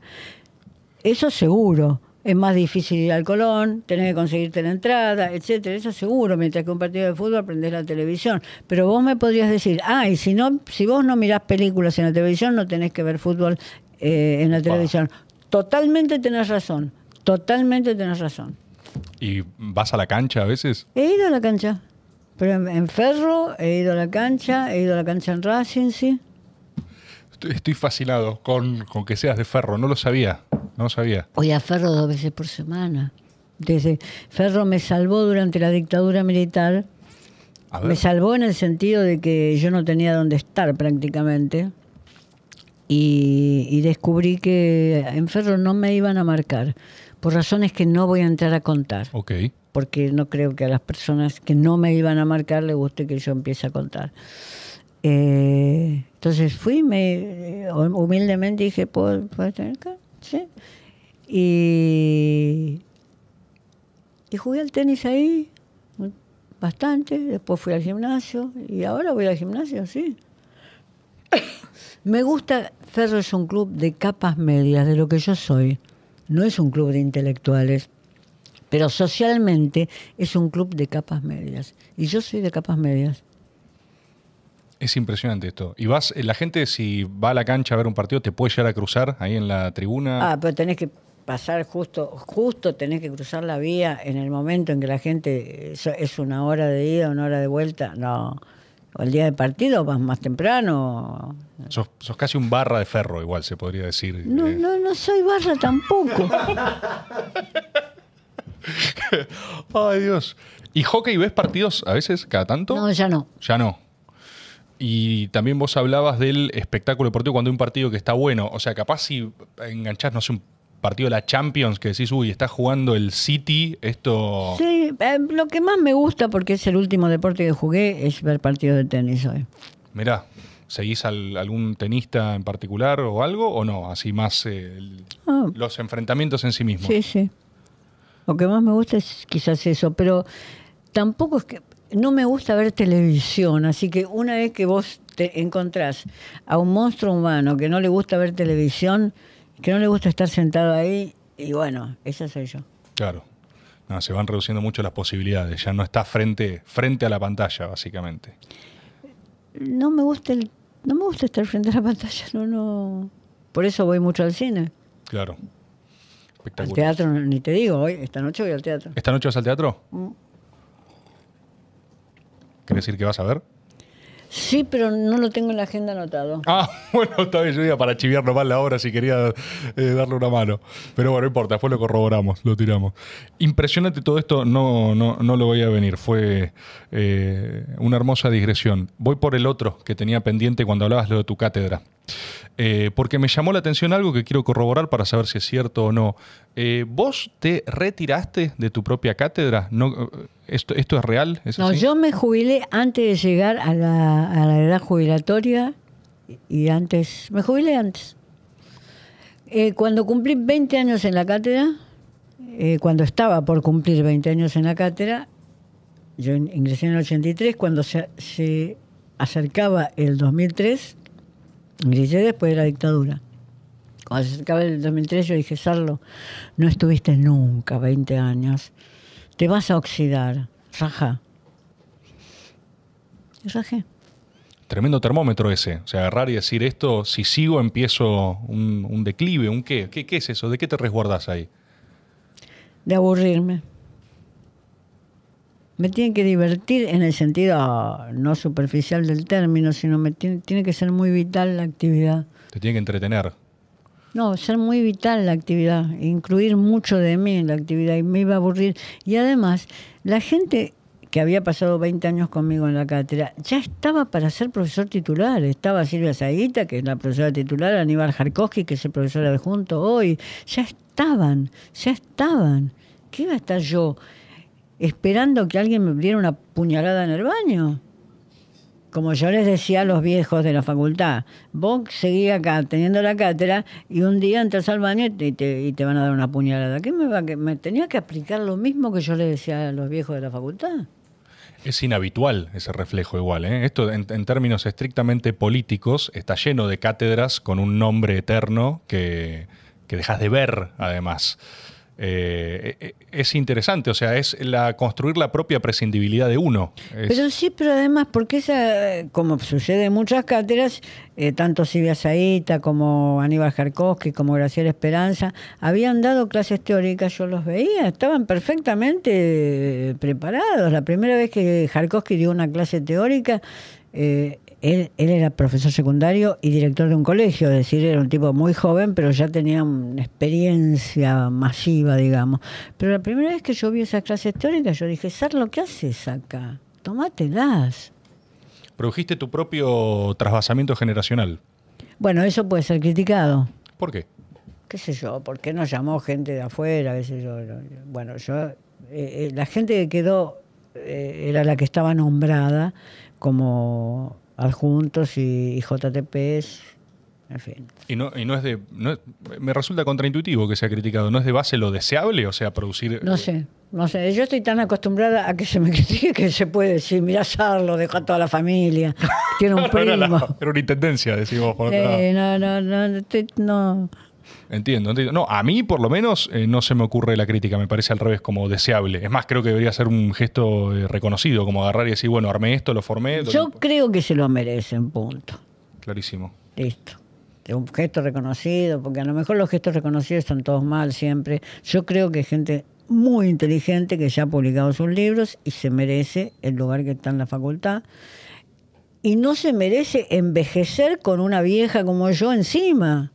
Eso seguro. Es más difícil ir al Colón, tenés que conseguirte la entrada, etcétera. Eso seguro, mientras que un partido de fútbol prendés la televisión. Pero vos me podrías decir, ah, y si no, si vos no mirás películas en la televisión, no tenés que ver fútbol eh, en la televisión. Totalmente tenés razón. Totalmente tenés razón. ¿y vas a la cancha a veces? He ido a la cancha. Pero en, en Ferro, he ido a la cancha, he ido a la cancha en Racing, sí. Estoy, estoy fascinado con, con que seas de Ferro. No lo sabía. No lo sabía. Voy a Ferro dos veces por semana. Desde Ferro me salvó durante la dictadura militar. A ver. Me salvó en el sentido de que yo no tenía dónde estar prácticamente. Y, y descubrí que en Ferro no me iban a marcar. Por razones que no voy a entrar a contar. Ok. Porque no creo que a las personas que no me iban a marcar les guste que yo empiece a contar. Eh, entonces fui, me eh, humildemente dije, ¿puedo, ¿puedo tener acá? Sí. Y, y jugué al tenis ahí bastante, después fui al gimnasio y ahora voy al gimnasio, sí. Me gusta, Ferro es un club de capas medias, de lo que yo soy. No es un club de intelectuales, pero socialmente es un club de capas medias. Y yo soy de capas medias. Es impresionante esto. Y vas, la gente si va a la cancha a ver un partido, ¿te puede llegar a cruzar ahí en la tribuna? Ah, pero tenés que pasar justo, justo tenés que cruzar la vía en el momento en que la gente, es, es una hora de ida, una hora de vuelta, no. O el día del partido vas más temprano. Sos, sos casi un barra de ferro, igual se podría decir. No, eh. no, no soy barra tampoco. Ay, Dios. ¿Y hockey ves partidos a veces, cada tanto? No, ya no. Ya no. Y también vos hablabas del espectáculo deportivo cuando hay un partido que está bueno. O sea, capaz si enganchás, no sé, un partido de la Champions que decís, uy, está jugando el City, esto... Sí, eh, lo que más me gusta, porque es el último deporte que jugué, es ver partidos de tenis hoy. Mirá, ¿seguís al, algún tenista en particular o algo? ¿O no? Así más eh, el, Ah. los enfrentamientos en sí mismos. Sí, sí. Lo que más me gusta es quizás eso, pero tampoco es que... No me gusta ver televisión, así que una vez que vos te encontrás a un monstruo humano que no le gusta ver televisión, que no le gusta estar sentado ahí, y bueno, esa soy yo. Claro. No, se van reduciendo mucho las posibilidades. Ya no está frente, frente a la pantalla, básicamente. No me gusta el, no me gusta estar frente a la pantalla, no, no. Por eso voy mucho al cine. Claro. Al Espectacular. teatro ni te digo, hoy, esta noche voy al teatro. ¿Esta noche vas al teatro? Mm. ¿Quiere decir que vas a ver? Sí, pero no lo tengo en la agenda anotado. Ah, bueno, está bien, yo iba para chiviar nomás la hora si quería eh, darle una mano. Pero bueno, no importa, después lo corroboramos, lo tiramos. Impresionante todo esto, no, no, no lo voy a venir, fue eh, una hermosa digresión. Voy por el otro que tenía pendiente cuando hablabas lo de tu cátedra. Eh, porque me llamó la atención algo que quiero corroborar para saber si es cierto o no. Eh, ¿Vos te retiraste de tu propia cátedra? ¿No, esto, ¿Esto es real? ¿Es No, así? yo me jubilé antes de llegar a la, a la edad jubilatoria y antes, me jubilé antes. Eh, cuando cumplí veinte años en la cátedra, eh, cuando estaba por cumplir veinte años en la cátedra, yo ingresé en el ochenta y tres, cuando se, se acercaba el dos mil tres, ingresé después de la dictadura. Cuando se acercaba el dos mil tres yo dije, Sarlo, no estuviste nunca veinte años, te vas a oxidar, raja. Y rajé. Tremendo termómetro ese. O sea, agarrar y decir esto, si sigo empiezo un, un declive, un qué. qué. ¿Qué es eso? ¿De qué te resguardás ahí? De aburrirme. Me tiene que divertir en el sentido no superficial del término, sino me tiene, tiene que ser muy vital la actividad. Te tiene que entretener. No, ser muy vital la actividad, incluir mucho de mí en la actividad y me iba a aburrir. Y además, la gente que había pasado veinte años conmigo en la cátedra ya estaba para ser profesor titular. Estaba Silvia Zaguita, que es la profesora titular, Aníbal Jarkowski, que es el profesor adjunto hoy. Ya estaban, ya estaban. ¿Qué iba a estar yo esperando que alguien me diera una puñalada en el baño? Como yo les decía a los viejos de la facultad, vos seguí acá teniendo la cátedra y un día entras al baño y te, y te van a dar una puñalada. ¿Qué me va a, me tenía que aplicar lo mismo que yo les decía a los viejos de la facultad? Es inhabitual ese reflejo igual, ¿eh? Esto en, en términos estrictamente políticos está lleno de cátedras con un nombre eterno que, que dejas de ver además. Eh, es interesante, o sea, es la construir la propia prescindibilidad de uno. Es... Pero sí, pero además, porque esa, como sucede en muchas cátedras, eh, tanto Silvia Zaita como Aníbal Jarkowski, como Graciela Esperanza, habían dado clases teóricas, yo los veía, estaban perfectamente preparados. La primera vez que Jarkowski dio una clase teórica, eh, Él, él era profesor secundario y director de un colegio, es decir, era un tipo muy joven, pero ya tenía una experiencia masiva, digamos. Pero la primera vez que yo vi esas clases teóricas, yo dije, Sarlo, ¿qué haces acá? Tomátelas. Produjiste tu propio trasvasamiento generacional. Bueno, eso puede ser criticado. ¿Por qué? ¿Qué sé yo? ¿Por qué nos llamó gente de afuera? ¿Qué sé yo? Bueno, yo, eh, la gente que quedó eh, era la que estaba nombrada como adjuntos y, y J T Ps, en fin. Y no, y no es de... No es, me resulta contraintuitivo que sea criticado. ¿No es de base lo deseable? O sea, producir... No sé, no sé. Yo estoy tan acostumbrada a que se me critique que se puede decir, mirá Sarlo, dejó a toda la familia, tiene un primo. Era, la, era una intendencia, decimos. Por eh, no, no, no, estoy, no, Entiendo, entiendo. No, a mí por lo menos eh, no se me ocurre la crítica, me parece al revés como deseable. Es más, creo que debería ser un gesto eh, reconocido, como agarrar y decir, bueno, armé esto, lo formé. Lo Yo lo... creo que se lo merecen, punto. Clarísimo. Listo. Un gesto reconocido, porque a lo mejor los gestos reconocidos están todos mal siempre. Yo creo que hay gente muy inteligente que ya ha publicado sus libros y se merece el lugar que está en la facultad. Y no se merece envejecer con una vieja como yo encima.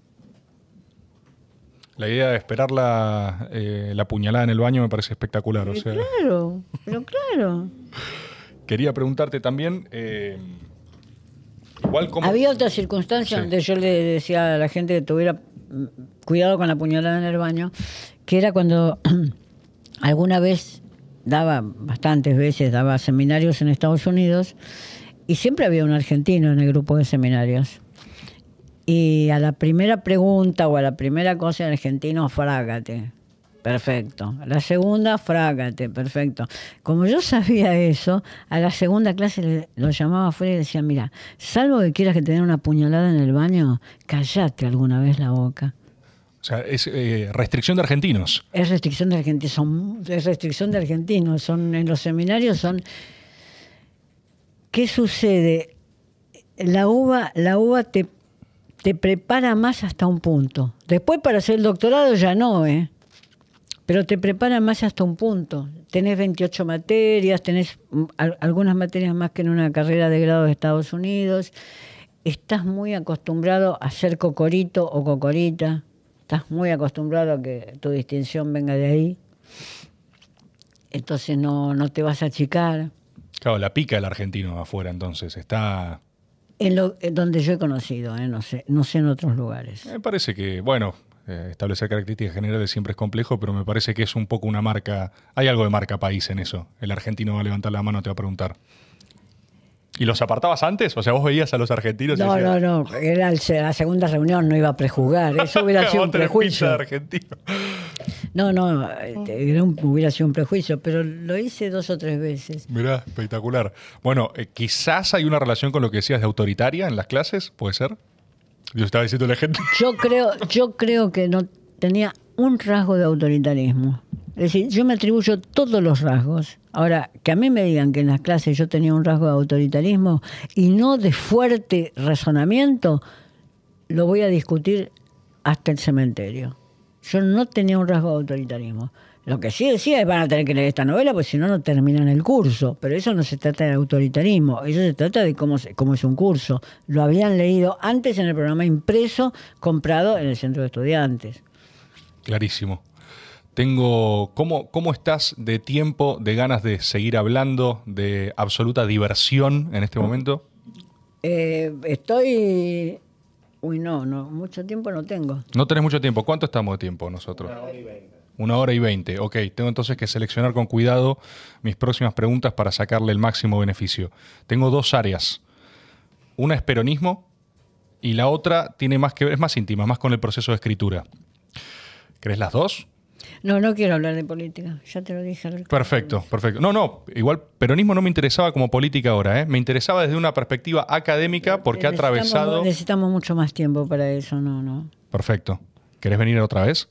La idea de esperar la, eh, la puñalada en el baño me parece espectacular. O sea, claro, pero claro. Quería preguntarte también, eh, igual como... Había otra circunstancia Sí. donde yo le decía a la gente que tuviera cuidado con la puñalada en el baño, que era cuando alguna vez daba, bastantes veces, daba seminarios en Estados Unidos y siempre había un argentino en el grupo de seminarios. Y a la primera pregunta o a la primera cosa, el argentino, frágate. Perfecto. A la segunda, frágate. Perfecto. Como yo sabía eso, a la segunda clase le, lo llamaba afuera y le decía, mira, salvo que quieras que te den una puñalada en el baño, callate alguna vez la boca. O sea, es eh, restricción de argentinos. Es restricción de argentinos. Son, es restricción de argentinos. Son, en los seminarios son... ¿Qué sucede? La uva, la uva te... te prepara más hasta un punto. Después para hacer el doctorado ya no, ¿eh? Pero te prepara más hasta un punto. Tenés veintiocho materias, tenés al- algunas materias más que en una carrera de grado de Estados Unidos. Estás muy acostumbrado a ser cocorito o cocorita. Estás muy acostumbrado a que tu distinción venga de ahí. Entonces no, no te vas a achicar. Claro, la pica el argentino afuera, entonces. Está... En lo, en donde yo he conocido, ¿eh? no sé, no sé en otros lugares. Me parece que, bueno, eh, establecer características generales siempre es complejo, pero me parece que es un poco una marca... Hay algo de marca país en eso. El argentino va a levantar la mano, te va a preguntar. ¿Y los apartabas antes? O sea, vos veías a los argentinos y No, decías, no, no. Era el- la segunda reunión, no iba a prejuzgar. Eso hubiera sido vos un tenés pinta prejuicio. de argentino. No, no, este, era un- hubiera sido un prejuicio, pero lo hice dos o tres veces. Mirá, espectacular. Bueno, eh, quizás hay una relación con lo que decías de autoritaria en las clases, ¿puede ser? Yo estaba diciendo la gente. Yo creo, yo creo que no tenía un rasgo de autoritarismo. Es decir, yo me atribuyo todos los rasgos. Ahora, que a mí me digan que en las clases yo tenía un rasgo de autoritarismo y no de fuerte razonamiento, lo voy a discutir hasta el cementerio. Yo no tenía un rasgo de autoritarismo. Lo que sí decía es van a tener que leer esta novela, porque si no, no terminan el curso. Pero eso no se trata de autoritarismo, eso se trata de cómo, se- cómo es un curso. Lo habían leído antes en el programa impreso, comprado en el centro de estudiantes. Clarísimo. Tengo. ¿Cómo, ¿Cómo estás de tiempo, de ganas de seguir hablando, de absoluta diversión en este momento? Eh, estoy... Uy, no, no, mucho tiempo no tengo. No tenés mucho tiempo. ¿Cuánto estamos de tiempo nosotros? Una hora y veinte. Una hora y veinte. Ok, tengo entonces que seleccionar con cuidado mis próximas preguntas para sacarle el máximo beneficio. Tengo dos áreas. Una es peronismo y la otra tiene más que ver, es más íntima, más con el proceso de escritura. ¿Querés las dos? No, no quiero hablar de política, ya te lo dije. Al... Perfecto, perfecto. No, no, igual peronismo no me interesaba como política ahora, ¿eh? Me interesaba desde una perspectiva académica porque ha Necesitamos- atravesado... Necesitamos mucho más tiempo para eso, no, no. Perfecto. ¿Querés venir otra vez?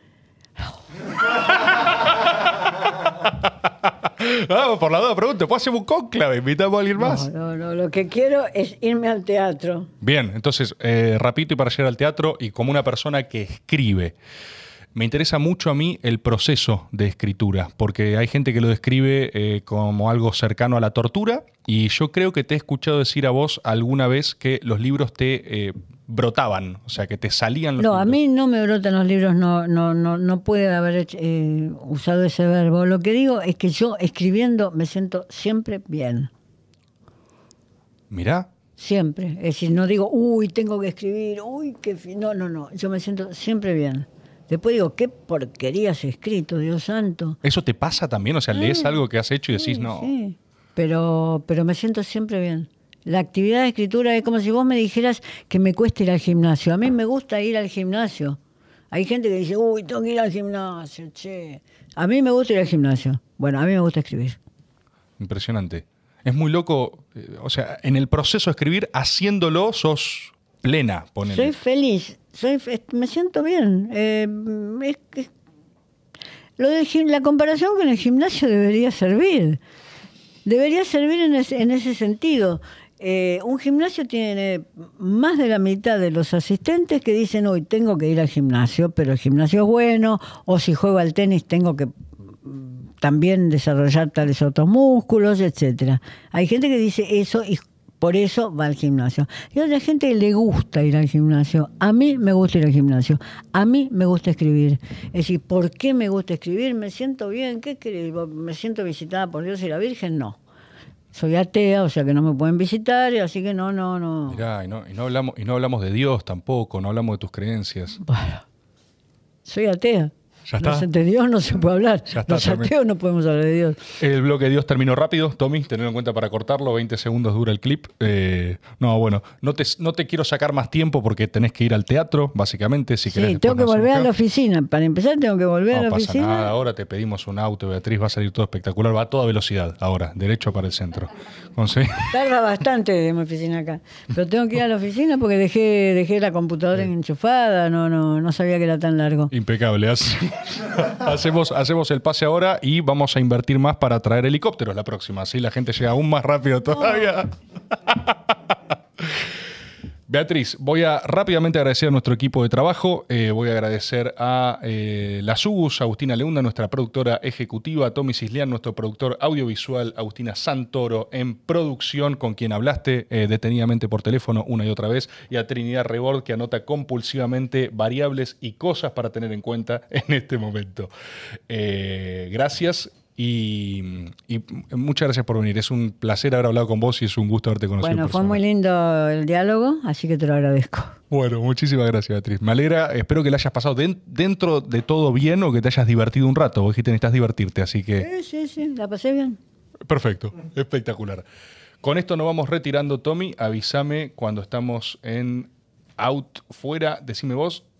Vamos, por la duda pregunto, ¿puedo hacer un cónclave? ¿Invitamos a alguien más? No, no, no, lo que quiero es irme al teatro. Bien, entonces, eh, rapidito y para llegar al teatro, y como una persona que escribe, me interesa mucho a mí el proceso de escritura, porque hay gente que lo describe eh, como algo cercano a la tortura, y yo creo que te he escuchado decir a vos alguna vez que los libros te eh, brotaban, o sea, que te salían los No, libros. a mí no me brotan los libros, no, no, no, no puede haber hecho, eh, usado ese verbo. Lo que digo es que yo escribiendo me siento siempre bien. Mirá, Siempre. Es decir, no digo, uy, tengo que escribir, uy, qué fin. No, no, no. Yo me siento siempre bien. Después digo, qué porquería has escrito, Dios santo. ¿eso te pasa también? O sea, lees Sí, algo que has hecho y decís, Sí, no... sí. Pero, pero me siento siempre bien. La actividad de escritura es como si vos me dijeras que me cuesta ir al gimnasio. A mí me gusta ir al gimnasio. Hay gente que dice, uy, tengo que ir al gimnasio, che. A mí me gusta ir al gimnasio. Bueno, a mí me gusta escribir. Impresionante. Es muy loco, eh, o sea, en el proceso de escribir, haciéndolo, sos plena, ponele. Soy feliz. soy, me siento bien. Eh, es, es, lo del, la comparación con el gimnasio debería servir. Debería servir en ese, en ese sentido. Eh, un gimnasio tiene más de la mitad de los asistentes que dicen, hoy tengo que ir al gimnasio, pero el gimnasio es bueno, o si juego al tenis tengo que también desarrollar tales otros músculos, etcétera. Hay gente que dice eso y por eso va al gimnasio. Y otra gente que le gusta ir al gimnasio. A mí me gusta ir al gimnasio. A mí me gusta escribir. Es decir, ¿por qué me gusta escribir? Me siento bien. ¿Qué querés? ¿Me siento visitada por Dios y la Virgen? No. Soy atea, o sea que no me pueden visitar, así que no, no, no. Mirá, y no, y no hablamos, y no hablamos de Dios tampoco, no hablamos de tus creencias. Bueno, soy atea. Ya está. No, de Dios no se puede hablar. Ya está, Los ateos terminó. no podemos hablar de Dios. El bloque de Dios terminó rápido, Tommy, tenerlo en cuenta para cortarlo, veinte segundos dura el clip. Eh, no, bueno, no te, no te quiero sacar más tiempo porque tenés que ir al teatro, básicamente. Si Sí, querés, tengo que nos volver hacemos a la acá. oficina. Para empezar tengo que volver No a la pasa oficina. nada, ahora te pedimos un auto, Beatriz, va a salir todo espectacular, va a toda velocidad ahora, derecho para el centro. Conseguí- Tarda bastante de mi oficina acá. Pero tengo que ir a la oficina porque dejé, dejé la computadora enchufada, no, no, no sabía que era tan largo. Impecable. Hacemos, hacemos el pase ahora y vamos a invertir más para traer helicópteros la próxima. Así la gente llega aún más rápido todavía. Beatriz, voy a rápidamente agradecer a nuestro equipo de trabajo. Eh, voy a agradecer a eh, la Sugus, Agustina Leunda, nuestra productora ejecutiva, a Tommy Cislián, nuestro productor audiovisual, Agustina Santoro en producción, con quien hablaste eh, detenidamente por teléfono una y otra vez, y a Trinidad Rebord, que anota compulsivamente variables y cosas para tener en cuenta en este momento. Eh, gracias. Y, y muchas gracias por venir. Es un placer haber hablado con vos y es un gusto haberte conocido. Bueno, fue muy lindo el diálogo, así que te lo agradezco. Bueno, muchísimas gracias, Beatriz. Me alegra, espero que la hayas pasado de, dentro de todo bien o que te hayas divertido un rato. Vos dijiste que necesitas divertirte, así que... Sí, sí, sí, la pasé bien. Perfecto, espectacular. Con esto nos vamos retirando, Tommy. Avísame cuando estamos en out, fuera, decime vos.